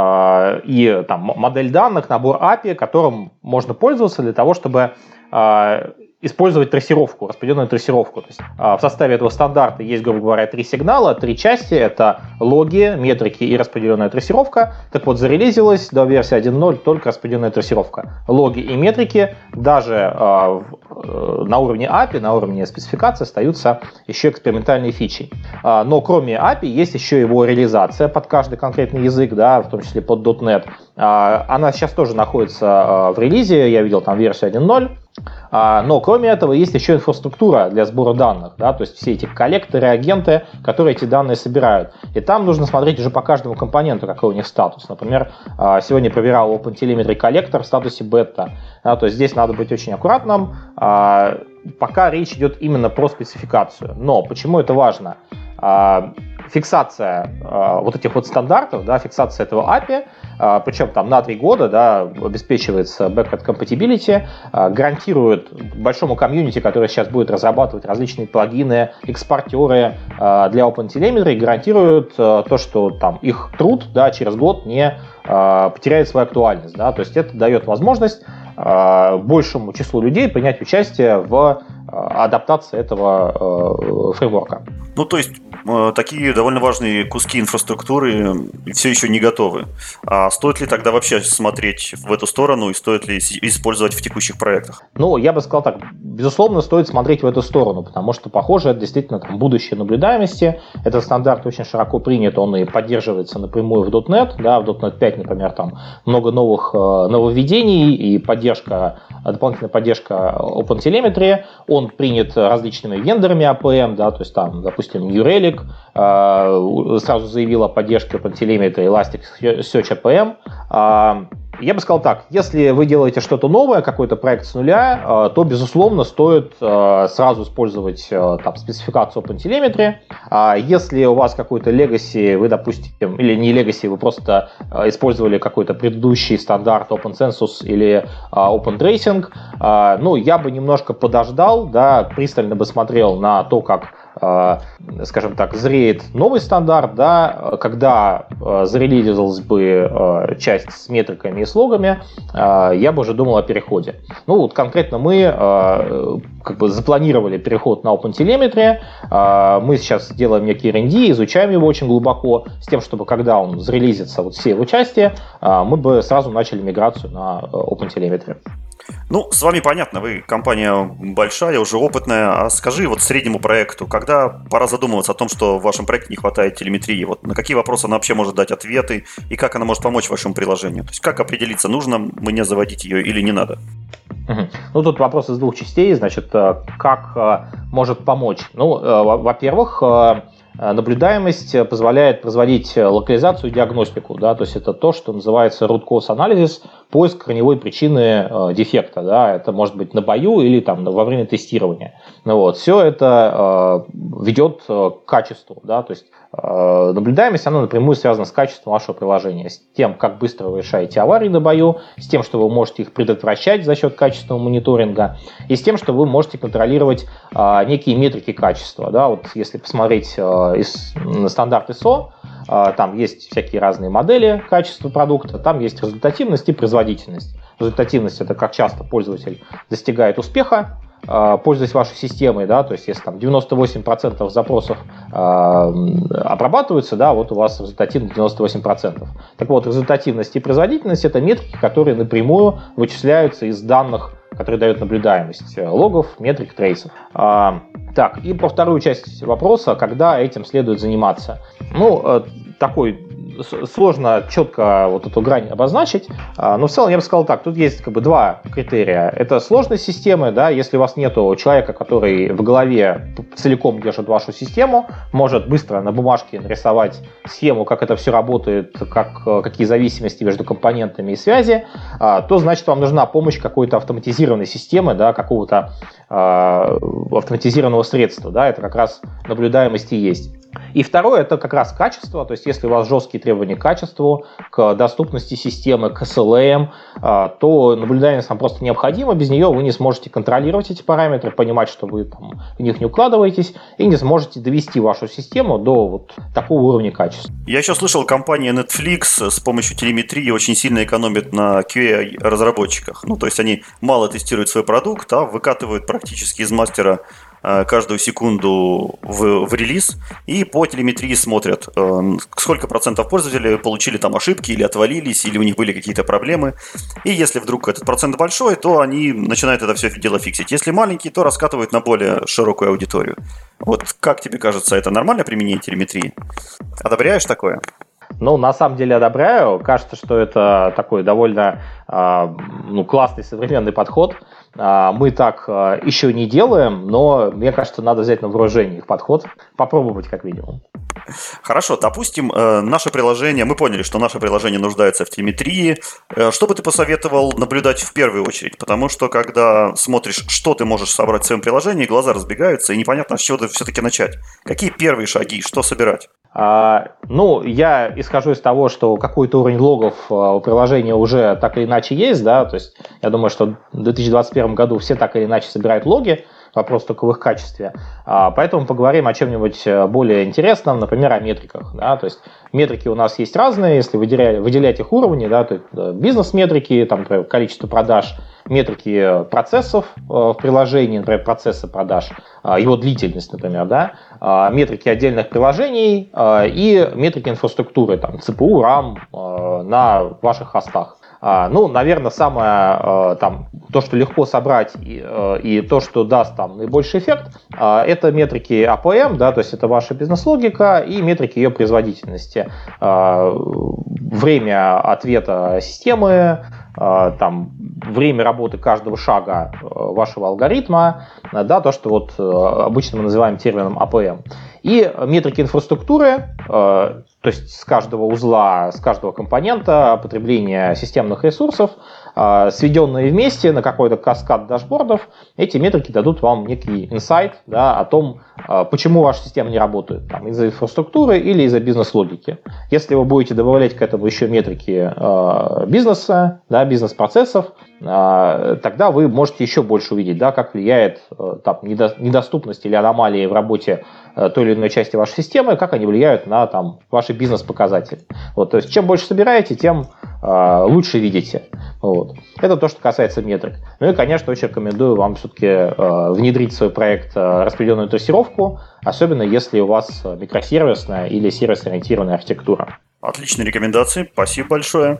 S3: и там, модель данных, набор эй пи ай, которым можно пользоваться для того, чтобы э, использовать трассировку, распределенную трассировку. То есть, э, в составе этого стандарта есть, грубо говоря, три сигнала, три части. Это логи, метрики и распределенная трассировка. Так вот, зарелизилась до версии один ноль только распределенная трассировка. Логи и метрики даже э, э, на уровне эй пи ай, на уровне спецификации остаются еще экспериментальные фичи. Э, но кроме эй пи ай есть еще его реализация под каждый конкретный язык, да, в том числе под .дот нет. Э, она сейчас тоже находится э, в релизе, я видел там версию один ноль. Но кроме этого есть еще инфраструктура для сбора данных, да, то есть все эти коллекторы, агенты, которые эти данные собирают. И там нужно смотреть уже по каждому компоненту, какой у них статус. Например, сегодня проверял OpenTelemetry коллектор в статусе бета. Да, то есть здесь надо быть очень аккуратным, пока речь идет именно про спецификацию. Но почему это важно? фиксация вот этих вот стандартов, да, фиксация этого эй пи ай, причем там на три года, да, обеспечивается backward compatibility, гарантирует большому комьюнити, которое сейчас будет разрабатывать различные плагины, экспортеры для OpenTelemetry, гарантирует то, что там их труд, да, через год не потеряет свою актуальность, да, то есть это дает возможность большему числу людей принять участие в адаптации этого фреймворка.
S1: Ну, то есть такие довольно важные куски инфраструктуры все еще не готовы. А стоит ли тогда вообще смотреть в эту сторону и стоит ли использовать в текущих проектах?
S3: Ну, я бы сказал так, безусловно, стоит смотреть в эту сторону, потому что, похоже, это действительно там, будущее наблюдаемости. Этот стандарт очень широко принят, он и поддерживается напрямую в .дот нет. Да, в .дот нет пять, например, там много новых э, нововведений и поддержка, дополнительная поддержка OpenTelemetry. Он принят различными вендорами эй пи эм, да, то есть там, допустим, New Relic э, сразу заявил о поддержке OpenTelemetry, Elasticsearch эй пи эм. Э, Я бы сказал так, если вы делаете что-то новое, какой-то проект с нуля, то, безусловно, стоит сразу использовать там, спецификацию OpenTelemetry. Если у вас какой-то legacy, вы, допустим, или не legacy, вы просто использовали какой-то предыдущий стандарт OpenCensus или OpenTracing, ну, я бы немножко подождал, да, пристально бы смотрел на то, как, скажем так, зреет новый стандарт, да, когда зарелизилась бы часть с метриками и с логами, я бы уже думал о переходе. Ну вот конкретно мы как бы запланировали переход на OpenTelemetry, мы сейчас делаем некий эр энд ди, изучаем его очень глубоко, с тем, чтобы когда он зарелизится, вот все его части, мы бы сразу начали миграцию на OpenTelemetry.
S1: Ну, с вами понятно, вы компания большая, уже опытная, а скажи вот среднему проекту, когда пора задумываться о том, что в вашем проекте не хватает телеметрии, вот на какие вопросы она вообще может дать ответы и как она может помочь вашему приложению, то есть как определиться, нужно мне заводить ее или не надо?
S3: Угу. Ну, тут вопрос из двух частей, значит, как может помочь? Ну, во-первых, наблюдаемость позволяет производить локализацию и диагностику, да, то есть это то, что называется root cause analysis, поиск корневой причины э, дефекта, да, это может быть на бою или там во время тестирования. Ну, вот, все это э, ведет э, к качеству, да, то есть э, наблюдаемость, она напрямую связана с качеством вашего приложения, с тем, как быстро вы решаете аварии на бою, с тем, что вы можете их предотвращать за счет качественного мониторинга, и с тем, что вы можете контролировать э, некие метрики качества, да, вот если посмотреть э, из, на стандарт ай эс о, там есть всякие разные модели качества продукта, там есть результативность и производительность. Результативность — это как часто пользователь достигает успеха, пользуясь вашей системой, да, то есть если там девяносто восемь процентов запросов э, обрабатываются, да, вот у вас результативность девяносто восемь процентов. Так вот, результативность и производительность — это метрики, которые напрямую вычисляются из данных, которые дают наблюдаемость логов, метрик, трейсов. А, так, и по вторую часть вопроса, когда этим следует заниматься. Ну, такой сложно четко вот эту грань обозначить, но в целом я бы сказал так, тут есть как бы два критерия. Это сложность системы, да, если у вас нету человека, который в голове целиком держит вашу систему, может быстро на бумажке нарисовать схему, как это все работает, как, какие зависимости между компонентами и связи, то значит вам нужна помощь какой-то автоматизированной системы, да, какого-то э, автоматизированного средства, да, это как раз наблюдаемость и есть. И второе — это как раз качество, то есть если у вас жесткие требования к качеству, к доступности системы, к эс эл эм, то наблюдаемость вам просто необходима, без нее вы не сможете контролировать эти параметры, понимать, что вы там в них не укладываетесь, и не сможете довести вашу систему до вот такого уровня качества.
S1: Я еще слышал, компания Netflix с помощью телеметрии очень сильно экономит на кью эй-разработчиках. Ну, то есть они мало тестируют свой продукт, а выкатывают практически из мастера каждую секунду в, в релиз и по телеметрии смотрят, сколько процентов пользователей получили там ошибки или отвалились, или у них были какие-то проблемы. И если вдруг этот процент большой, то они начинают это все дело фиксить. Если маленький, то раскатывают на более широкую аудиторию. Вот как тебе кажется, это нормальное применение телеметрии? Одобряешь такое?
S3: Ну, на самом деле одобряю. Кажется, что это такой довольно ну, классный современный подход. Мы так еще не делаем, но мне кажется, надо взять на вооружение их подход, попробовать как минимум.
S1: Хорошо, допустим, наше приложение, мы поняли, что наше приложение нуждается в телеметрии. Что бы ты посоветовал наблюдать в первую очередь? Потому что, когда смотришь, что ты можешь собрать в своем приложении, глаза разбегаются, и непонятно, с чего ты все-таки начать. Какие первые шаги, что собирать?
S3: А, ну, я исхожу из того, что какой-то уровень логов у приложения уже так или иначе есть, да, то есть я думаю, что в две тысячи двадцать первом году все так или иначе собирают логи, вопрос только в их качестве. А, поэтому поговорим о чем-нибудь более интересном, например, о метриках. Да? То есть метрики у нас есть разные, если выделять, выделять их уровни, да, то есть бизнес-метрики, там, например, количество продаж, метрики процессов в приложении, например, процесса продаж, его длительность, например, да, метрики отдельных приложений и метрики инфраструктуры, там, си пи ю, рам на ваших хостах. Ну, наверное, самое, там, то, что легко собрать и, и то, что даст там наибольший эффект, это метрики эй пи эм, да, то есть это ваша бизнес-логика и метрики ее производительности. Время ответа системы, там, время работы каждого шага вашего алгоритма, да, то, что вот обычно мы называем термином эй пи эм. И метрики инфраструктуры, то есть с каждого узла, с каждого компонента потребления системных ресурсов, сведенные вместе на какой-то каскад дашбордов, эти метрики дадут вам некий инсайт, да, о том, почему ваша система не работает, там, из-за инфраструктуры или из-за бизнес-логики. Если вы будете добавлять к этому еще метрики бизнеса, да, бизнес-процессов, тогда вы можете еще больше увидеть, да, как влияет там, недоступность или аномалии в работе той или иной части вашей системы, как они влияют на там, ваши бизнес-показатели. Вот, то есть, чем больше собираете, тем э, лучше видите. Вот. Это то, что касается метрик. Ну и, конечно, очень рекомендую вам все-таки э, внедрить в свой проект э, распределенную трассировку, особенно если у вас микросервисная или сервис-ориентированная архитектура.
S1: Отличные рекомендации, спасибо большое.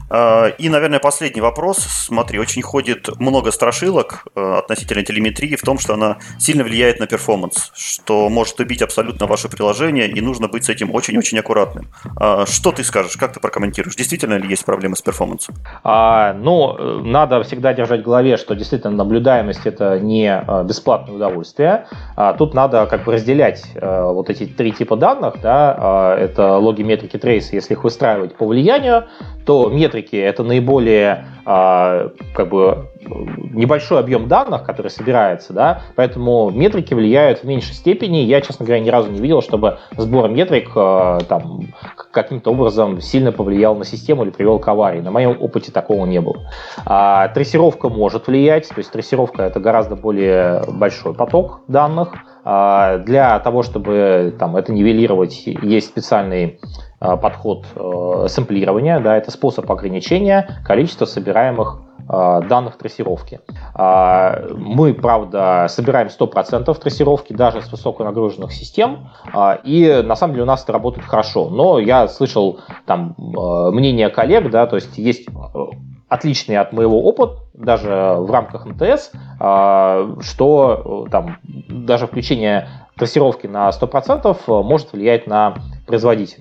S1: И, наверное, последний вопрос. Смотри, очень ходит много страшилок относительно телеметрии в том, что она сильно влияет на перформанс, что может убить абсолютно ваше приложение, и нужно быть с этим очень-очень аккуратным. Что ты скажешь, как ты прокомментируешь? Действительно ли есть проблемы с перформансом?
S3: А, ну, надо всегда держать в голове, что действительно наблюдаемость – это не бесплатное удовольствие. Тут надо как бы разделять вот эти три типа данных, да, это логи, метрики, трейсы. Если их выстраивать по влиянию, то метрики – это наиболее как бы небольшой объем данных, который собирается, да, поэтому метрики влияют в меньшей степени. Я, честно говоря, ни разу не видел, чтобы сбор метрик там, каким-то образом сильно повлиял на систему или привел к аварии. На моем опыте такого не было. А, трассировка может влиять, то есть трассировка – это гораздо более большой поток данных. А, для того, чтобы там, это нивелировать, есть специальный подход э, сэмплирования, да, это способ ограничения количества собираемых э, данных трассировки. Э, мы, правда, собираем сто процентов трассировки даже с высоконагруженных систем, э, и на самом деле у нас это работает хорошо. Но я слышал там э, мнение коллег, да, то есть есть отличный от моего опыт, даже в рамках эм тэ эс, э, что там даже включение трассировки на сто процентов может влиять на производитель.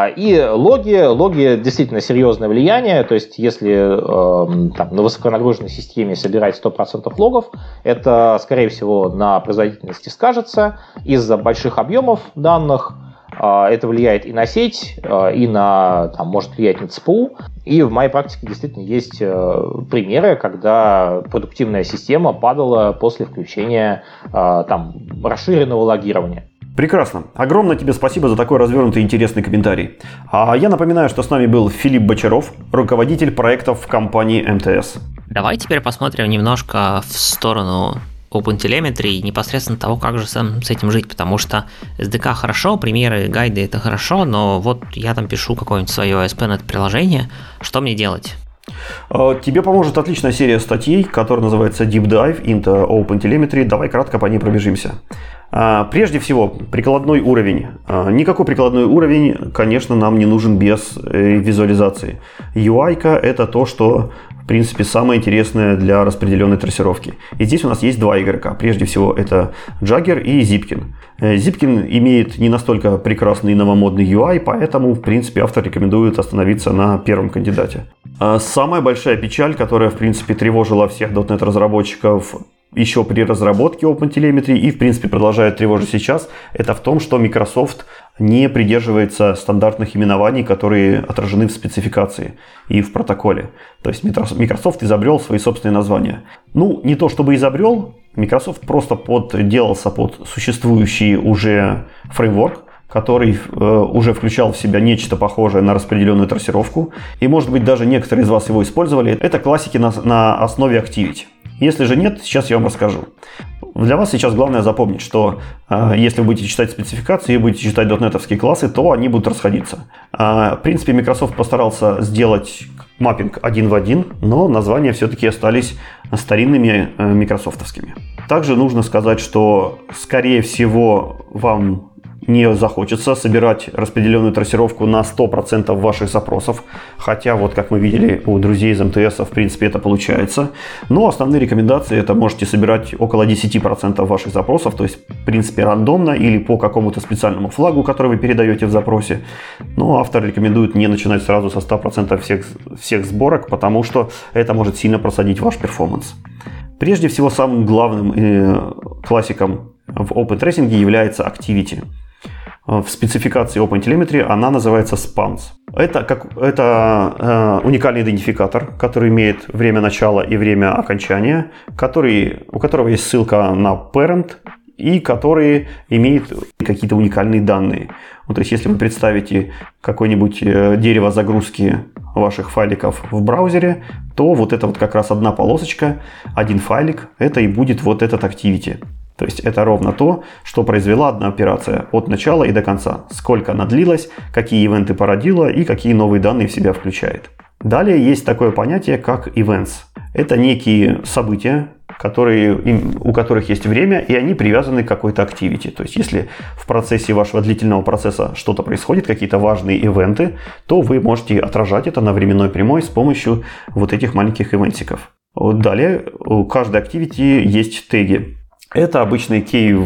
S3: И логи, логи действительно серьезное влияние, то есть если там, на высоконагруженной системе собирать сто процентов логов, это, скорее всего, на производительности скажется из-за больших объемов данных. Это влияет и на сеть, и на, там, может влиять на ци пи ю. И в моей практике действительно есть примеры, когда продуктивная система падала после включения там, расширенного логирования.
S1: Прекрасно. Огромное тебе спасибо за такой развернутый и интересный комментарий. А я напоминаю, что с нами был Филипп Бочаров, руководитель проектов в компании эм тэ эс.
S2: Давай теперь посмотрим немножко в сторону OpenTelemetry и непосредственно того, как же с этим жить, потому что эс ди кей хорошо, примеры, гайды это хорошо, но вот я там пишу какое-нибудь свое эй эс пи нет приложение, что мне делать?
S1: Тебе поможет отличная серия статей, которая называется Deep Dive into OpenTelemetry. Давай кратко по ней пробежимся. Прежде всего, прикладной уровень. Никакой прикладной уровень, конечно, нам не нужен без визуализации. ю ай-ка – это то, что, в принципе, самое интересное для распределенной трассировки. И здесь у нас есть два игрока. Прежде всего, это Jagger и Zipkin. Zipkin имеет не настолько прекрасный и новомодный ю ай, поэтому, в принципе, автор рекомендует остановиться на первом кандидате. Самая большая печаль, которая, в принципе, тревожила всех .дот нет разработчиков еще при разработке OpenTelemetry и, в принципе, продолжает тревожить сейчас, это в том, что Microsoft не придерживается стандартных именований, которые отражены в спецификации и в протоколе. То есть Microsoft изобрел свои собственные названия. Ну, не то чтобы изобрел, Microsoft просто подделался под существующий уже фреймворк, который э, уже включал в себя нечто похожее на распределенную трассировку. И, может быть, даже некоторые из вас его использовали. Это классики на, на основе Activity. Если же нет, сейчас я вам расскажу. Для вас сейчас главное запомнить, что э, если вы будете читать спецификации и будете читать .дот нет-овские классы, то они будут расходиться. Э, в принципе, Microsoft постарался сделать маппинг один в один, но названия все-таки остались старинными э, микрософтовскими. Также нужно сказать, что, скорее всего, вам не захочется собирать распределенную трассировку на сто процентов ваших запросов, хотя вот как мы видели у друзей из эм тэ эс, в принципе это получается. Но основные рекомендации это можете собирать около десять процентов ваших запросов, то есть в принципе рандомно или по какому-то специальному флагу, который вы передаете в запросе. Но автор рекомендует не начинать сразу со ста процентов всех, всех сборок, потому что это может сильно просадить ваш перформанс. Прежде всего, самым главным э, классиком в OpenTracing является Activity. В спецификации OpenTelemetry она называется spans. Это, как, это э, уникальный идентификатор, который имеет время начала и время окончания, который, у которого есть ссылка на parent и который имеет какие-то уникальные данные. Вот, то есть, если вы представите какое-нибудь дерево загрузки ваших файликов в браузере, то вот это вот как раз одна полосочка, один файлик, это и будет вот этот Activity. То есть это ровно то, что произвела одна операция от начала и до конца. Сколько она длилась, какие ивенты породила и какие новые данные в себя включает. Далее есть такое понятие, как events. Это некие события, которые, у которых есть время, и они привязаны к какой-то activity. То есть если в процессе вашего длительного процесса что-то происходит, какие-то важные ивенты, то вы можете отражать это на временной прямой с помощью вот этих маленьких ивентиков. Далее у каждой activity есть теги. Это обычные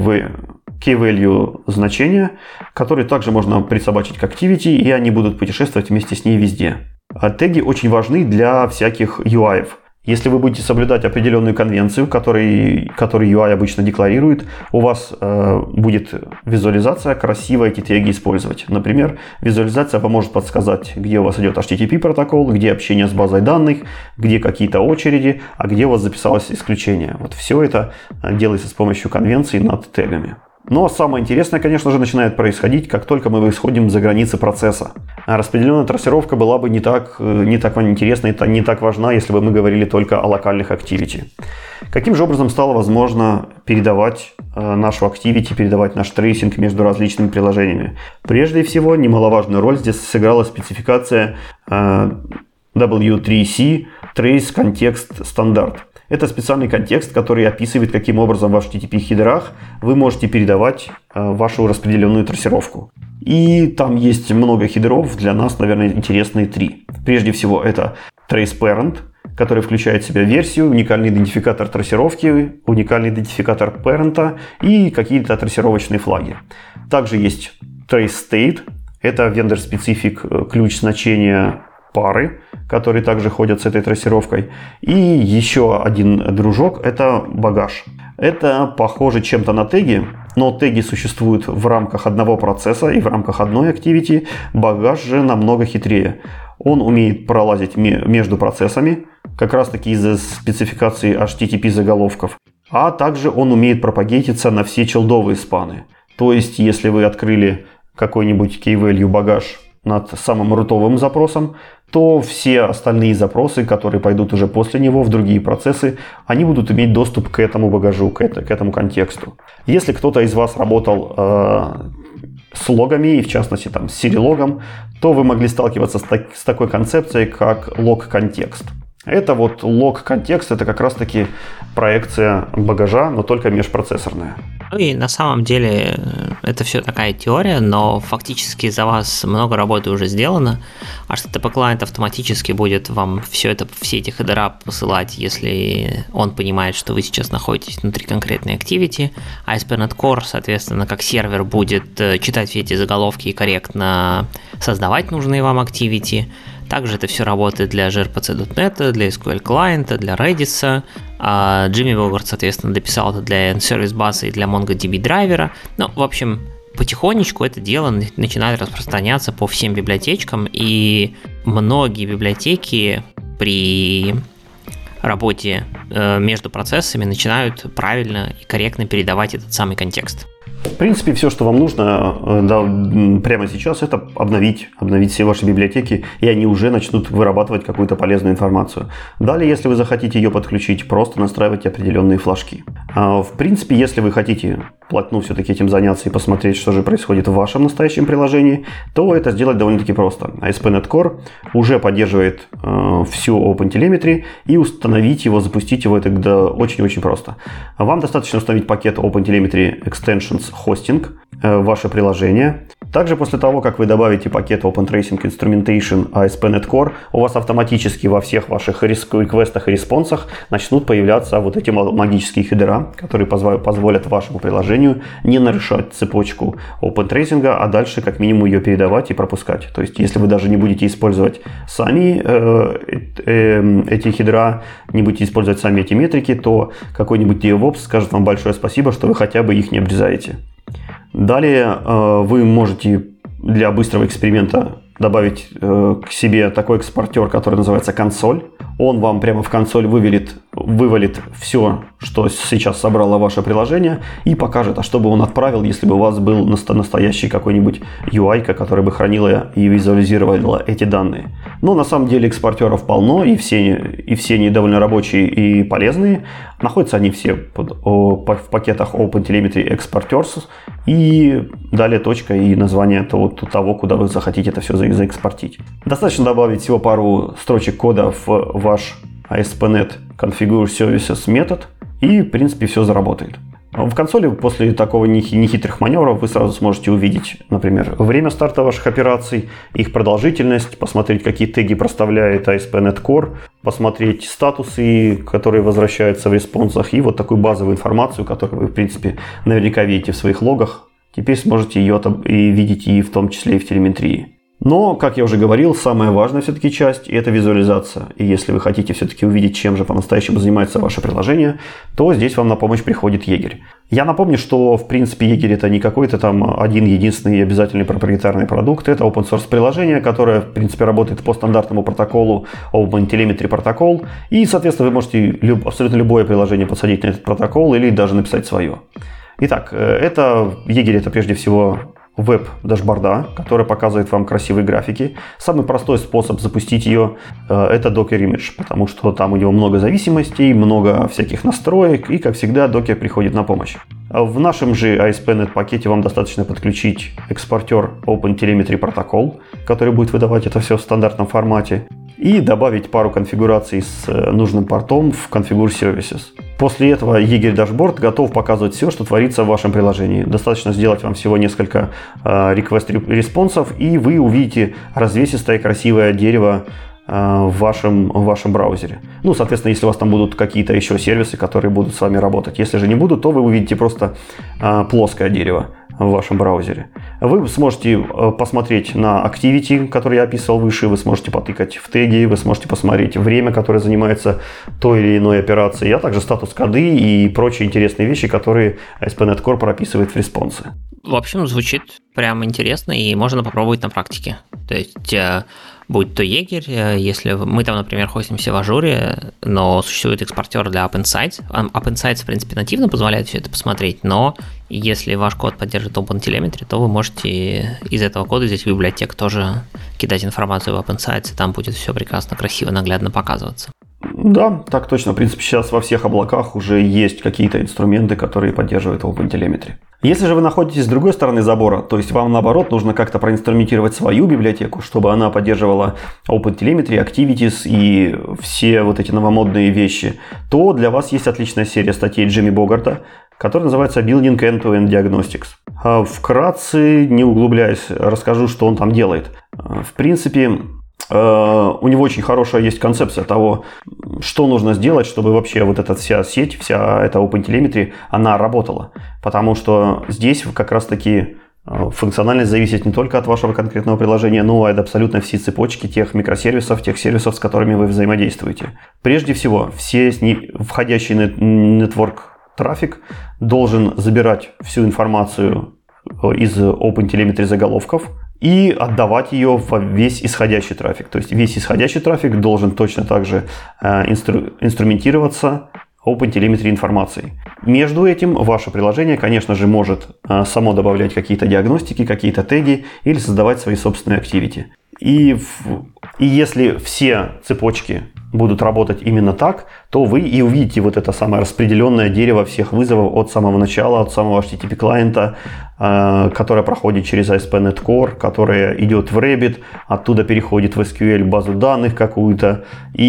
S1: key-value значения, которые также можно присобачить к Activity, и они будут путешествовать вместе с ней везде. А теги очень важны для всяких ю ай-ев. Если вы будете соблюдать определенную конвенцию, который, которую ю ай обычно декларирует, у вас э, будет визуализация красиво эти теги использовать. Например, визуализация поможет подсказать, где у вас идет эйч ти ти пи протокол, где общение с базой данных, где какие-то очереди, а где у вас записалось исключение. Вот все это делается с помощью конвенций над тегами. Но самое интересное, конечно же, начинает происходить, как только мы выходим за границы процесса. А распределенная трассировка была бы не так, не так интересна, не так важна, если бы мы говорили только о локальных activity. Каким же образом стало возможно передавать нашу activity, передавать наш трейсинг между различными приложениями? Прежде всего, немаловажную роль здесь сыграла спецификация дабл ю три си Trace Context Standard. Это специальный контекст, который описывает, каким образом в эйч ти ти пи-хедерах вы можете передавать вашу распределенную трассировку. И там есть много хедеров, для нас, наверное, интересные три. Прежде всего, это Trace Parent, который включает в себя версию, уникальный идентификатор трассировки, уникальный идентификатор парента и какие-то трассировочные флаги. Также есть Trace State, это vendor-specific ключ значения пары, которые также ходят с этой трассировкой. И еще один дружок – это багаж. Это похоже чем-то на теги, но теги существуют в рамках одного процесса и в рамках одной activity. Багаж же намного хитрее. Он умеет пролазить между процессами, как раз таки из-за спецификации эйч ти ти пи заголовков. А также он умеет пропагейтиться на все челдовые спаны. То есть, если вы открыли какой-нибудь key-value багаж над самым рутовым запросом, то все остальные запросы, которые пойдут уже после него в другие процессы, они будут иметь доступ к этому багажу, к, это, к этому контексту. Если кто-то из вас работал э, с логами, и в частности там, с Siri-логом, то вы могли сталкиваться с, так, с такой концепцией, как лог-контекст. Это вот лог-контекст, это как раз-таки проекция багажа, но только межпроцессорная.
S2: Ну и на самом деле это все такая теория, но фактически за вас много работы уже сделано. эйч ти ти пи клиент автоматически будет вам все это, все эти хедера посылать, если он понимает, что вы сейчас находитесь внутри конкретной activity. эй эс пи точка нет Core, соответственно, как сервер будет читать все эти заголовки и корректно создавать нужные вам activity. Также это все работает для джей ар пи си точка нет, для эс кью эль клиента, для Redis. А Джимми Богарт, соответственно, дописал это для Service Bus и для MongoDB драйвера. Ну, в общем, потихонечку это дело начинает распространяться по всем библиотечкам, и многие библиотеки при работе между процессами начинают правильно и корректно передавать этот самый контекст.
S1: В принципе, все, что вам нужно да, прямо сейчас, это обновить, обновить все ваши библиотеки, и они уже начнут вырабатывать какую-то полезную информацию. Далее, если вы захотите ее подключить, просто настраивайте определенные флажки. В принципе, если вы хотите плотно все-таки этим заняться и посмотреть, что же происходит в вашем настоящем приложении, то это сделать довольно-таки просто. эй эс пи точка нет Core уже поддерживает э, всю OpenTelemetry, и установить его, запустить его, это да, очень-очень просто. Вам достаточно установить пакет OpenTelemetry Extensions Hosting в ваше приложение. Также после того, как вы добавите пакет OpenTracing Instrumentation эй эс пи точка нет Core, у вас автоматически во всех ваших реквестах и респонсах начнут появляться вот эти магические хедера, которые позволят вашему приложению не нарушать цепочку OpenTracing, а дальше как минимум ее передавать и пропускать. То есть, если вы даже не будете использовать сами э, э, эти хедера, не будете использовать сами эти метрики, то какой-нибудь DevOps скажет вам большое спасибо, что вы хотя бы их не обрезаете. Далее э, вы можете для быстрого эксперимента добавить э, к себе такой экспортер, который называется консоль. Он вам прямо в консоль вывалит, вывалит все, что сейчас собрало ваше приложение, и покажет, а что бы он отправил, если бы у вас был настоящий какой-нибудь ю ай, которая бы хранила и визуализировала эти данные. Но на самом деле экспортеров полно, и все, и все они довольно рабочие и полезные. Находятся они все под, о, в пакетах OpenTelemetry Exporters, и далее точка и название того, того, куда вы захотите это все заэкспортить. Достаточно добавить всего пару строчек кода в ваш эй эс пи точка нет Configure Services метод, и в принципе все заработает. В консоли после такого нехитрых маневров вы сразу сможете увидеть, например, время старта ваших операций, их продолжительность, посмотреть, какие теги проставляет эй эс пи точка нет Core, посмотреть статусы, которые возвращаются в респонсах, и вот такую базовую информацию, которую вы, в принципе, наверняка видите в своих логах. Теперь сможете ее и видеть и в том числе и в телеметрии. Но, как я уже говорил, самая важная все-таки часть – это визуализация. И если вы хотите все-таки увидеть, чем же по-настоящему занимается ваше приложение, то здесь вам на помощь приходит Егерь. Я напомню, что, в принципе, Егерь – это не какой-то там один единственный обязательный проприетарный продукт. Это open-source приложение, которое, в принципе, работает по стандартному протоколу OpenTelemetry протокол. И, соответственно, вы можете люб- абсолютно любое приложение подсадить на этот протокол или даже написать свое. Итак, это Егерь – это прежде всего веб-дашборда, которая показывает вам красивые графики. Самый простой способ запустить ее – это Docker Image, потому что там у него много зависимостей, много всяких настроек, и, как всегда, Docker приходит на помощь. В нашем же эй эс пи точка нет пакете вам достаточно подключить экспортер OpenTelemetry протокол, который будет выдавать это все в стандартном формате, и добавить пару конфигураций с нужным портом в Configure Services. После этого Егерь дашборд готов показывать все, что творится в вашем приложении. Достаточно сделать вам всего несколько э, request-респонсов, и вы увидите развесистое красивое дерево э, в, вашем, в вашем браузере. Ну, соответственно, если у вас там будут какие-то еще сервисы, которые будут с вами работать. Если же не будут, то вы увидите просто э, плоское дерево в вашем браузере. Вы сможете посмотреть на activity, который я описывал выше, вы сможете потыкать в теги, вы сможете посмотреть время, которое занимается той или иной операцией, а также статус-коды и прочие интересные вещи, которые эй эс пи точка нет Core прописывает в респонсы.
S2: В общем, звучит прям интересно, и можно попробовать на практике. То есть, будь то Егерь, если мы там, например, хостимся в Ажуре, но существует экспортер для OpenSites. OpenSites, в принципе, нативно позволяет все это посмотреть, но если ваш код поддержит OpenTelemetry, то вы можете из этого кода, из этих библиотек тоже кидать информацию в OpenSites, и там будет все прекрасно, красиво, наглядно показываться.
S1: Да, так точно. В принципе, сейчас во всех облаках уже есть какие-то инструменты, которые поддерживают OpenTelemetry. Если же вы находитесь с другой стороны забора, то есть вам наоборот нужно как-то проинструментировать свою библиотеку, чтобы она поддерживала OpenTelemetry, Activities и все вот эти новомодные вещи, то для вас есть отличная серия статей Джимми Богарта, который называется Building End-to-End Diagnostics. Вкратце, не углубляясь, расскажу, что он там делает. В принципе, у него очень хорошая есть концепция того, что нужно сделать, чтобы вообще вот эта вся сеть, вся эта OpenTelemetry, она работала. Потому что здесь как раз-таки функциональность зависит не только от вашего конкретного приложения, но и от абсолютно всей цепочки тех микросервисов, тех сервисов, с которыми вы взаимодействуете. Прежде всего, все входящий network трафик должен забирать всю информацию из OpenTelemetry заголовков и отдавать ее в весь исходящий трафик. То есть весь исходящий трафик должен точно так же инстру- инструментироваться OpenTelemetry информацией. Между этим ваше приложение, конечно же, может само добавлять какие-то диагностики, какие-то теги или создавать свои собственные activity. И, и если все цепочки будут работать именно так, то вы и увидите вот это самое распределенное дерево всех вызовов от самого начала, от самого эйч ти ти пи клиента, э, которое проходит через эй эс пи точка нет Core, которое идет в Rabbit, оттуда переходит в эс кью эль базу данных какую-то,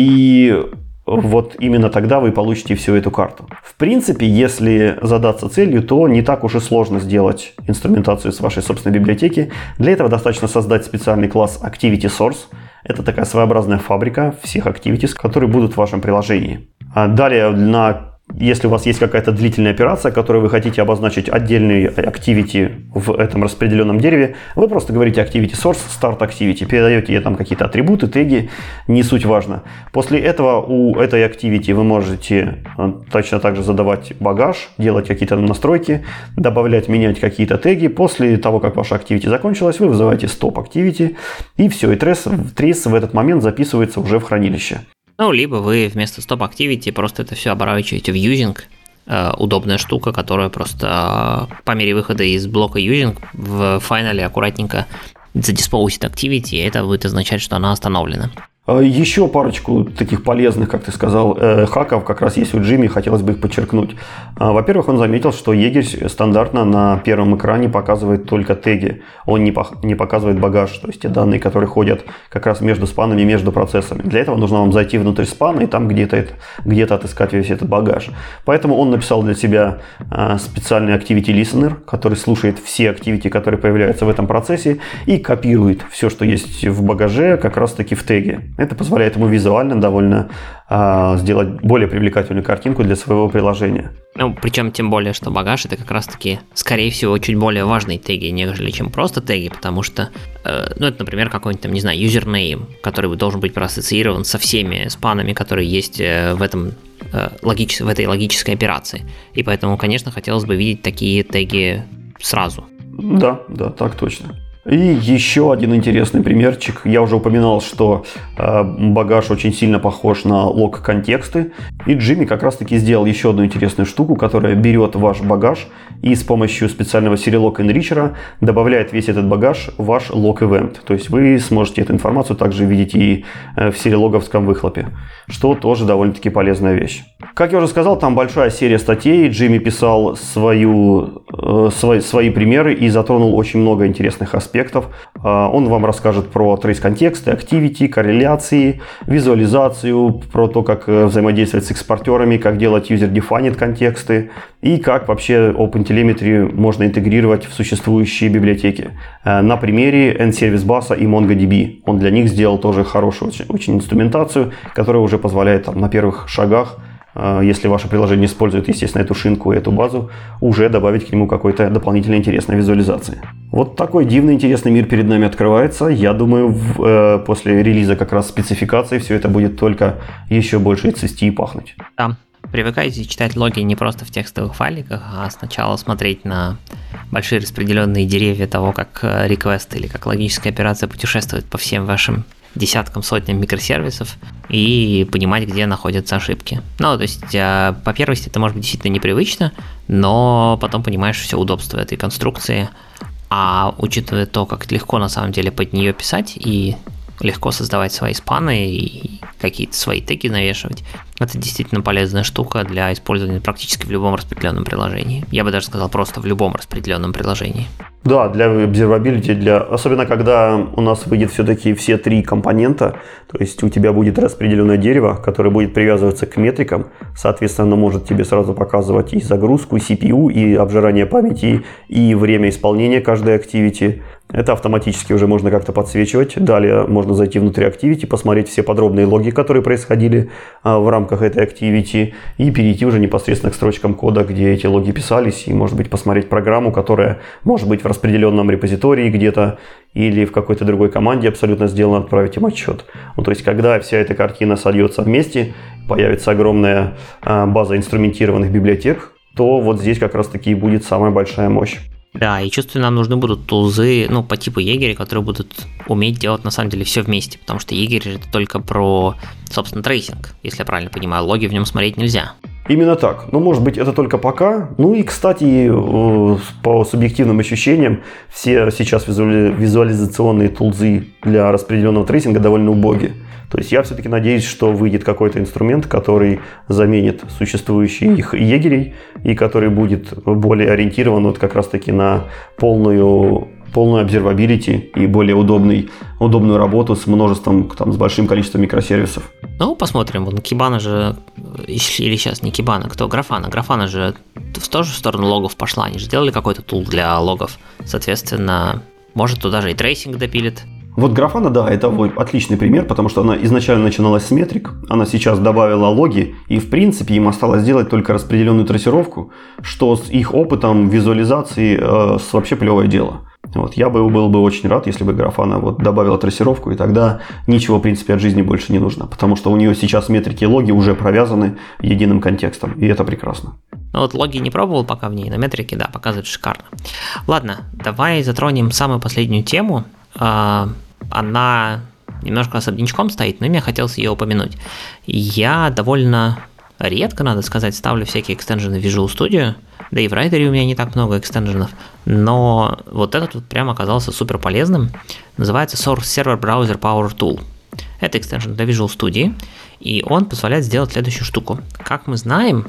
S1: и вот именно тогда вы получите всю эту карту. В принципе, если задаться целью, то не так уж и сложно сделать инструментацию с вашей собственной библиотеки. Для этого достаточно создать специальный класс Activity Source. Это такая своеобразная фабрика всех activities, которые будут в вашем приложении. Далее, на если у вас есть какая-то длительная операция, которую вы хотите обозначить отдельный activity в этом распределенном дереве, вы просто говорите activity source, start activity, передаете ей там какие-то атрибуты, теги, не суть важно. После этого у этой activity вы можете точно так же задавать багаж, делать какие-то настройки, добавлять, менять какие-то теги. После того, как ваша activity закончилась, вы вызываете stop activity, и все, и трейс, трейс в этот момент записывается уже в хранилище.
S2: Ну, либо вы вместо Stop Activity просто это все оборачиваете в Using. Э, удобная штука, которая просто э, по мере выхода из блока Using в файнале аккуратненько задиспоузит Activity, и это будет означать, что она остановлена.
S1: Еще парочку таких полезных, как ты сказал, хаков как раз есть у Джимми, хотелось бы их подчеркнуть. Во-первых, он заметил, что егерь стандартно на первом экране показывает только теги. Он не, по- не показывает багаж, то есть те данные, которые ходят как раз между спанами, между процессами. Для этого нужно вам зайти внутрь спана и там где-то, где-то отыскать весь этот багаж. Поэтому он написал для себя специальный Activity Listener, который слушает все activity, которые появляются в этом процессе, и копирует все, что есть в багаже, как раз-таки в теге. Это позволяет ему визуально довольно э, сделать более привлекательную картинку для своего приложения.
S2: Ну, причем тем более, что багаж это как раз-таки, скорее всего, чуть более важные теги, нежели чем просто теги, потому что, э, ну, это, например, какой-нибудь там, не знаю, username, который должен быть проассоциирован со всеми спанами, которые есть в этом э, логич... в этой логической операции. И поэтому, конечно, хотелось бы видеть такие теги сразу.
S1: Да, да, так точно. И еще один интересный примерчик. Я уже упоминал, что э, багаж очень сильно похож на лог-контексты. И Джимми как раз-таки сделал еще одну интересную штуку, которая берет ваш багаж и с помощью специального Serialog Enricher добавляет весь этот багаж в ваш log-event. То есть вы сможете эту информацию также видеть и в сериалоговском выхлопе, что тоже довольно-таки полезная вещь. Как я уже сказал, там большая серия статей. Джимми писал свою, э, свои, свои примеры и затронул очень много интересных аспектов. Э, он вам расскажет про трейс-контексты, activity, корреляции, визуализацию, про то, как взаимодействовать с экспортерами, как делать user-defined контексты и как вообще OpenTelemetry можно интегрировать в существующие библиотеки. Э, на примере N-Service Bus и MongoDB. Он для них сделал тоже хорошую очень, очень инструментацию, которая уже позволяет там, на первых шагах, если ваше приложение использует, естественно, эту шинку и эту базу, уже добавить к нему какой-то дополнительной интересной визуализации. Вот такой дивный, интересный мир перед нами открывается. Я думаю, в, э, после релиза как раз спецификации все это будет только еще больше цвести и пахнуть.
S2: Да, привыкайте читать логи не просто в текстовых файликах, а сначала смотреть на большие распределенные деревья того, как request или как логическая операция путешествует по всем вашим десяткам, сотням микросервисов и понимать, где находятся ошибки. Ну, то есть, по первости, это может быть действительно непривычно, но потом понимаешь все удобство этой конструкции, а учитывая то, как легко на самом деле под нее писать и легко создавать свои спаны и какие-то свои теги навешивать. Это действительно полезная штука для использования практически в любом распределенном приложении. Я бы даже сказал, просто в любом распределенном приложении.
S1: Да, для observability, для... особенно когда у нас выйдет все-таки все три компонента, то есть у тебя будет распределенное дерево, которое будет привязываться к метрикам, соответственно, оно может тебе сразу показывать и загрузку, и си пи ю, и обжирание памяти, и время исполнения каждой activity. Это автоматически уже можно как-то подсвечивать. Далее можно зайти внутрь activity, посмотреть все подробные логи, которые происходили а, в рамках этой activity, и перейти уже непосредственно к строчкам кода, где эти логи писались, и, может быть, посмотреть программу, которая может быть в распределенном репозитории где-то или в какой-то другой команде абсолютно сделана, отправить им отчет. Ну, то есть, когда вся эта картина сольется вместе, появится огромная а, база инструментированных библиотек, то вот здесь как раз-таки и будет самая большая мощь.
S2: Да, и чувствую, нам нужны будут тулзы, ну, по типу Jaeger, которые будут уметь делать, на самом деле, все вместе, потому что Jaeger это только про, собственно, трейсинг, если я правильно понимаю, логи в нем смотреть нельзя.
S1: Именно так. Ну, может быть, это только пока. Ну и, кстати, по субъективным ощущениям, все сейчас визуализационные тулзы для распределенного трейсинга довольно убогие. То есть я все-таки надеюсь, что выйдет какой-то инструмент, который заменит существующие их егерей и который будет более ориентирован вот как раз-таки на полную, полную observability и более удобный, удобную работу с множеством, там, с большим количеством микросервисов.
S2: Ну, посмотрим. Вон Kibana же, или сейчас не Kibana, кто? Grafana. Grafana же в ту же сторону логов пошла. Они же сделали какой-то тул для логов. Соответственно, может, туда же и трейсинг допилит.
S1: Вот Grafana, да, это вот отличный пример, потому что она изначально начиналась с метрик, она сейчас добавила логи, и в принципе им осталось сделать только распределенную трассировку, что с их опытом визуализации э, вообще плевое дело. Вот, я бы был бы очень рад, если бы Grafana вот добавила трассировку, и тогда ничего, в принципе, от жизни больше не нужно, потому что у нее сейчас метрики и логи уже провязаны единым контекстом, и это прекрасно.
S2: Ну вот логи не пробовал пока в ней, но метрики, да, показывают шикарно. Ладно, давай затронем самую последнюю тему. Она немножко особнячком стоит, но мне хотелось ее упомянуть. Я довольно редко, надо сказать, ставлю всякие экстенжены в Visual Studio, да и в Rider у меня не так много экстенженов, но вот этот вот прям оказался супер полезным. Называется Source Server Browser Power Tool. Это экстенжен для Visual Studio, и он позволяет сделать следующую штуку. Как мы знаем,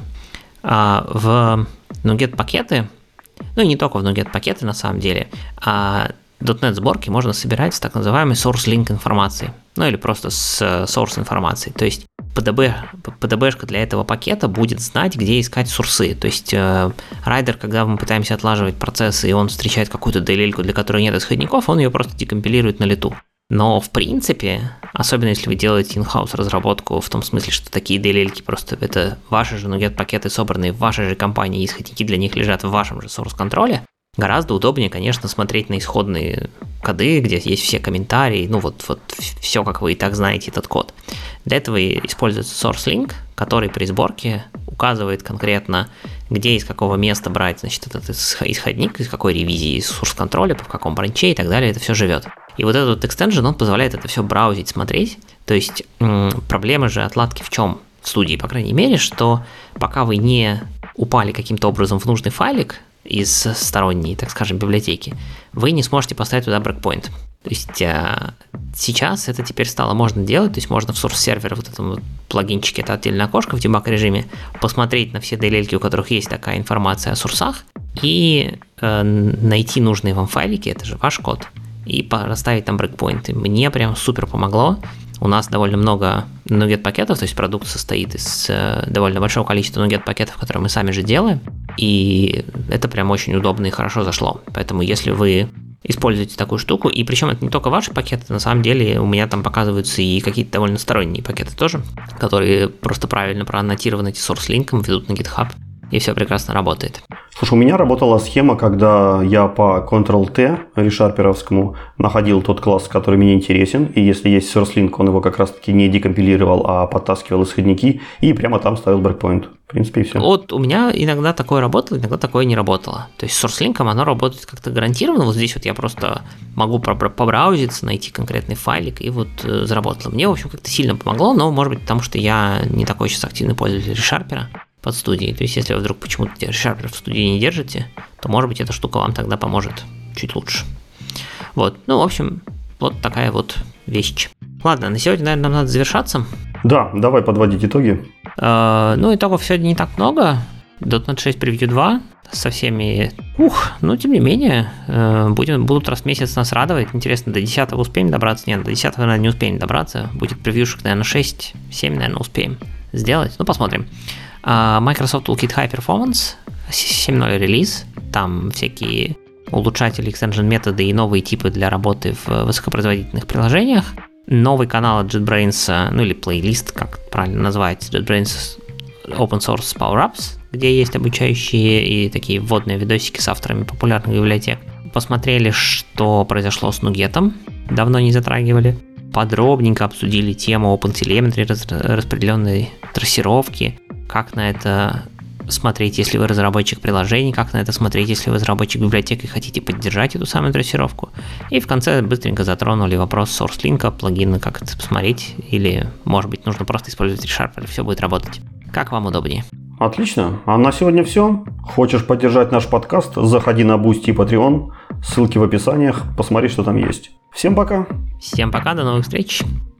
S2: в NuGet пакеты, ну и не только в NuGet пакеты на самом деле, а .дот нет сборки можно собирать с так называемой source link информацией, ну или просто с source информацией. То есть пи ди би, пи ди би-шка для этого пакета будет знать, где искать сурсы. То есть Rider, когда мы пытаемся отлаживать процессы, и он встречает какую-то ди эл эл-ку, для которой нет исходников, он ее просто декомпилирует на лету. Но в принципе, особенно если вы делаете in-house разработку, в том смысле, что такие ди эл эл-ки просто это ваши же NuGet пакеты, собранные в вашей же компании, исходники для них лежат в вашем же source контроле, гораздо удобнее, конечно, смотреть на исходные коды, где есть все комментарии, ну вот, вот все, как вы и так знаете этот код. Для этого используется source link, который при сборке указывает конкретно, где из какого места брать, значит, этот исходник, из какой ревизии, из source контроля, в каком бранче и так далее, это все живет. И вот этот экстенжен, он позволяет это все браузить, смотреть. То есть м- проблема же отладки в чем? В студии, по крайней мере, что пока вы не упали каким-то образом в нужный файлик из сторонней, так скажем, библиотеки, вы не сможете поставить туда брейкпоинт. То есть а, сейчас это теперь стало можно делать, то есть можно в source-сервере, вот этом вот плагинчике, это отдельное окошко в дебаг режиме, посмотреть на все ди эл эл-ки, у которых есть такая информация о сурсах, и э, найти нужные вам файлики, это же ваш код, и расставить там брейкпоинты. Мне прям супер помогло. У нас довольно много NuGet пакетов, то есть продукт состоит из э, довольно большого количества NuGet пакетов, которые мы сами же делаем, и это прям очень удобно и хорошо зашло. Поэтому если вы используете такую штуку, и причем это не только ваши пакеты, на самом деле у меня там показываются и какие-то довольно сторонние пакеты тоже, которые просто правильно проаннотированы эти source-линком, ведут на GitHub, и все прекрасно работает.
S1: Слушай, у меня работала схема, когда я по контрол-T решарперовскому находил тот класс, который мне интересен, и если есть source-link, он его как раз-таки не декомпилировал, а подтаскивал исходники, и прямо там ставил брейкпоинт. В принципе, и все.
S2: Вот у меня иногда такое работало, иногда такое не работало. То есть с source-линком оно работает как-то гарантированно. Вот здесь вот я просто могу побраузиться, найти конкретный файлик, и вот э, заработало. Мне, в общем, как-то сильно помогло, но, может быть, потому что я не такой сейчас активный пользователь ReSharper под студией. То есть, если вы вдруг почему-то ReSharper в студии не держите, то, может быть, эта штука вам тогда поможет чуть лучше. Вот, ну, в общем, вот такая вот вещь. Ладно, на сегодня, наверное, нам надо завершаться.
S1: Да, давай подводить итоги.
S2: Э, ну, итогов сегодня не так много. .дот нет шесть Preview два со всеми... Ух, но тем не менее, э, будем, будут раз в месяц нас радовать. Интересно, до десятого успеем добраться? Нет, до десятого, наверное, не успеем добраться. Будет превьюшек, наверное, шесть-семь, наверное, успеем сделать. Ну, посмотрим. Э, Microsoft Toolkit High Performance, семь ноль релиз. Там всякие улучшатели, экстеншн методы и новые типы для работы в высокопроизводительных приложениях. Новый канал от JetBrains, ну или плейлист, как правильно назвать, JetBrains Open Source Power-Ups, где есть обучающие и такие вводные видосики с авторами популярных библиотек. Посмотрели, что произошло с Нугетом, давно не затрагивали. Подробненько обсудили тему OpenTelemetry, распределенной трассировки, как на это смотреть, если вы разработчик приложений, как на это смотреть, если вы разработчик библиотек и хотите поддержать эту самую трассировку. И в конце быстренько затронули вопрос SourceLink, плагины, как это посмотреть, или, может быть, нужно просто использовать ReSharper, и все будет работать. Как вам удобнее.
S1: Отлично. А на сегодня все. Хочешь поддержать наш подкаст? Заходи на Boosty и Patreon. Ссылки в описаниях. Посмотри, что там есть. Всем пока.
S2: Всем пока, до новых встреч.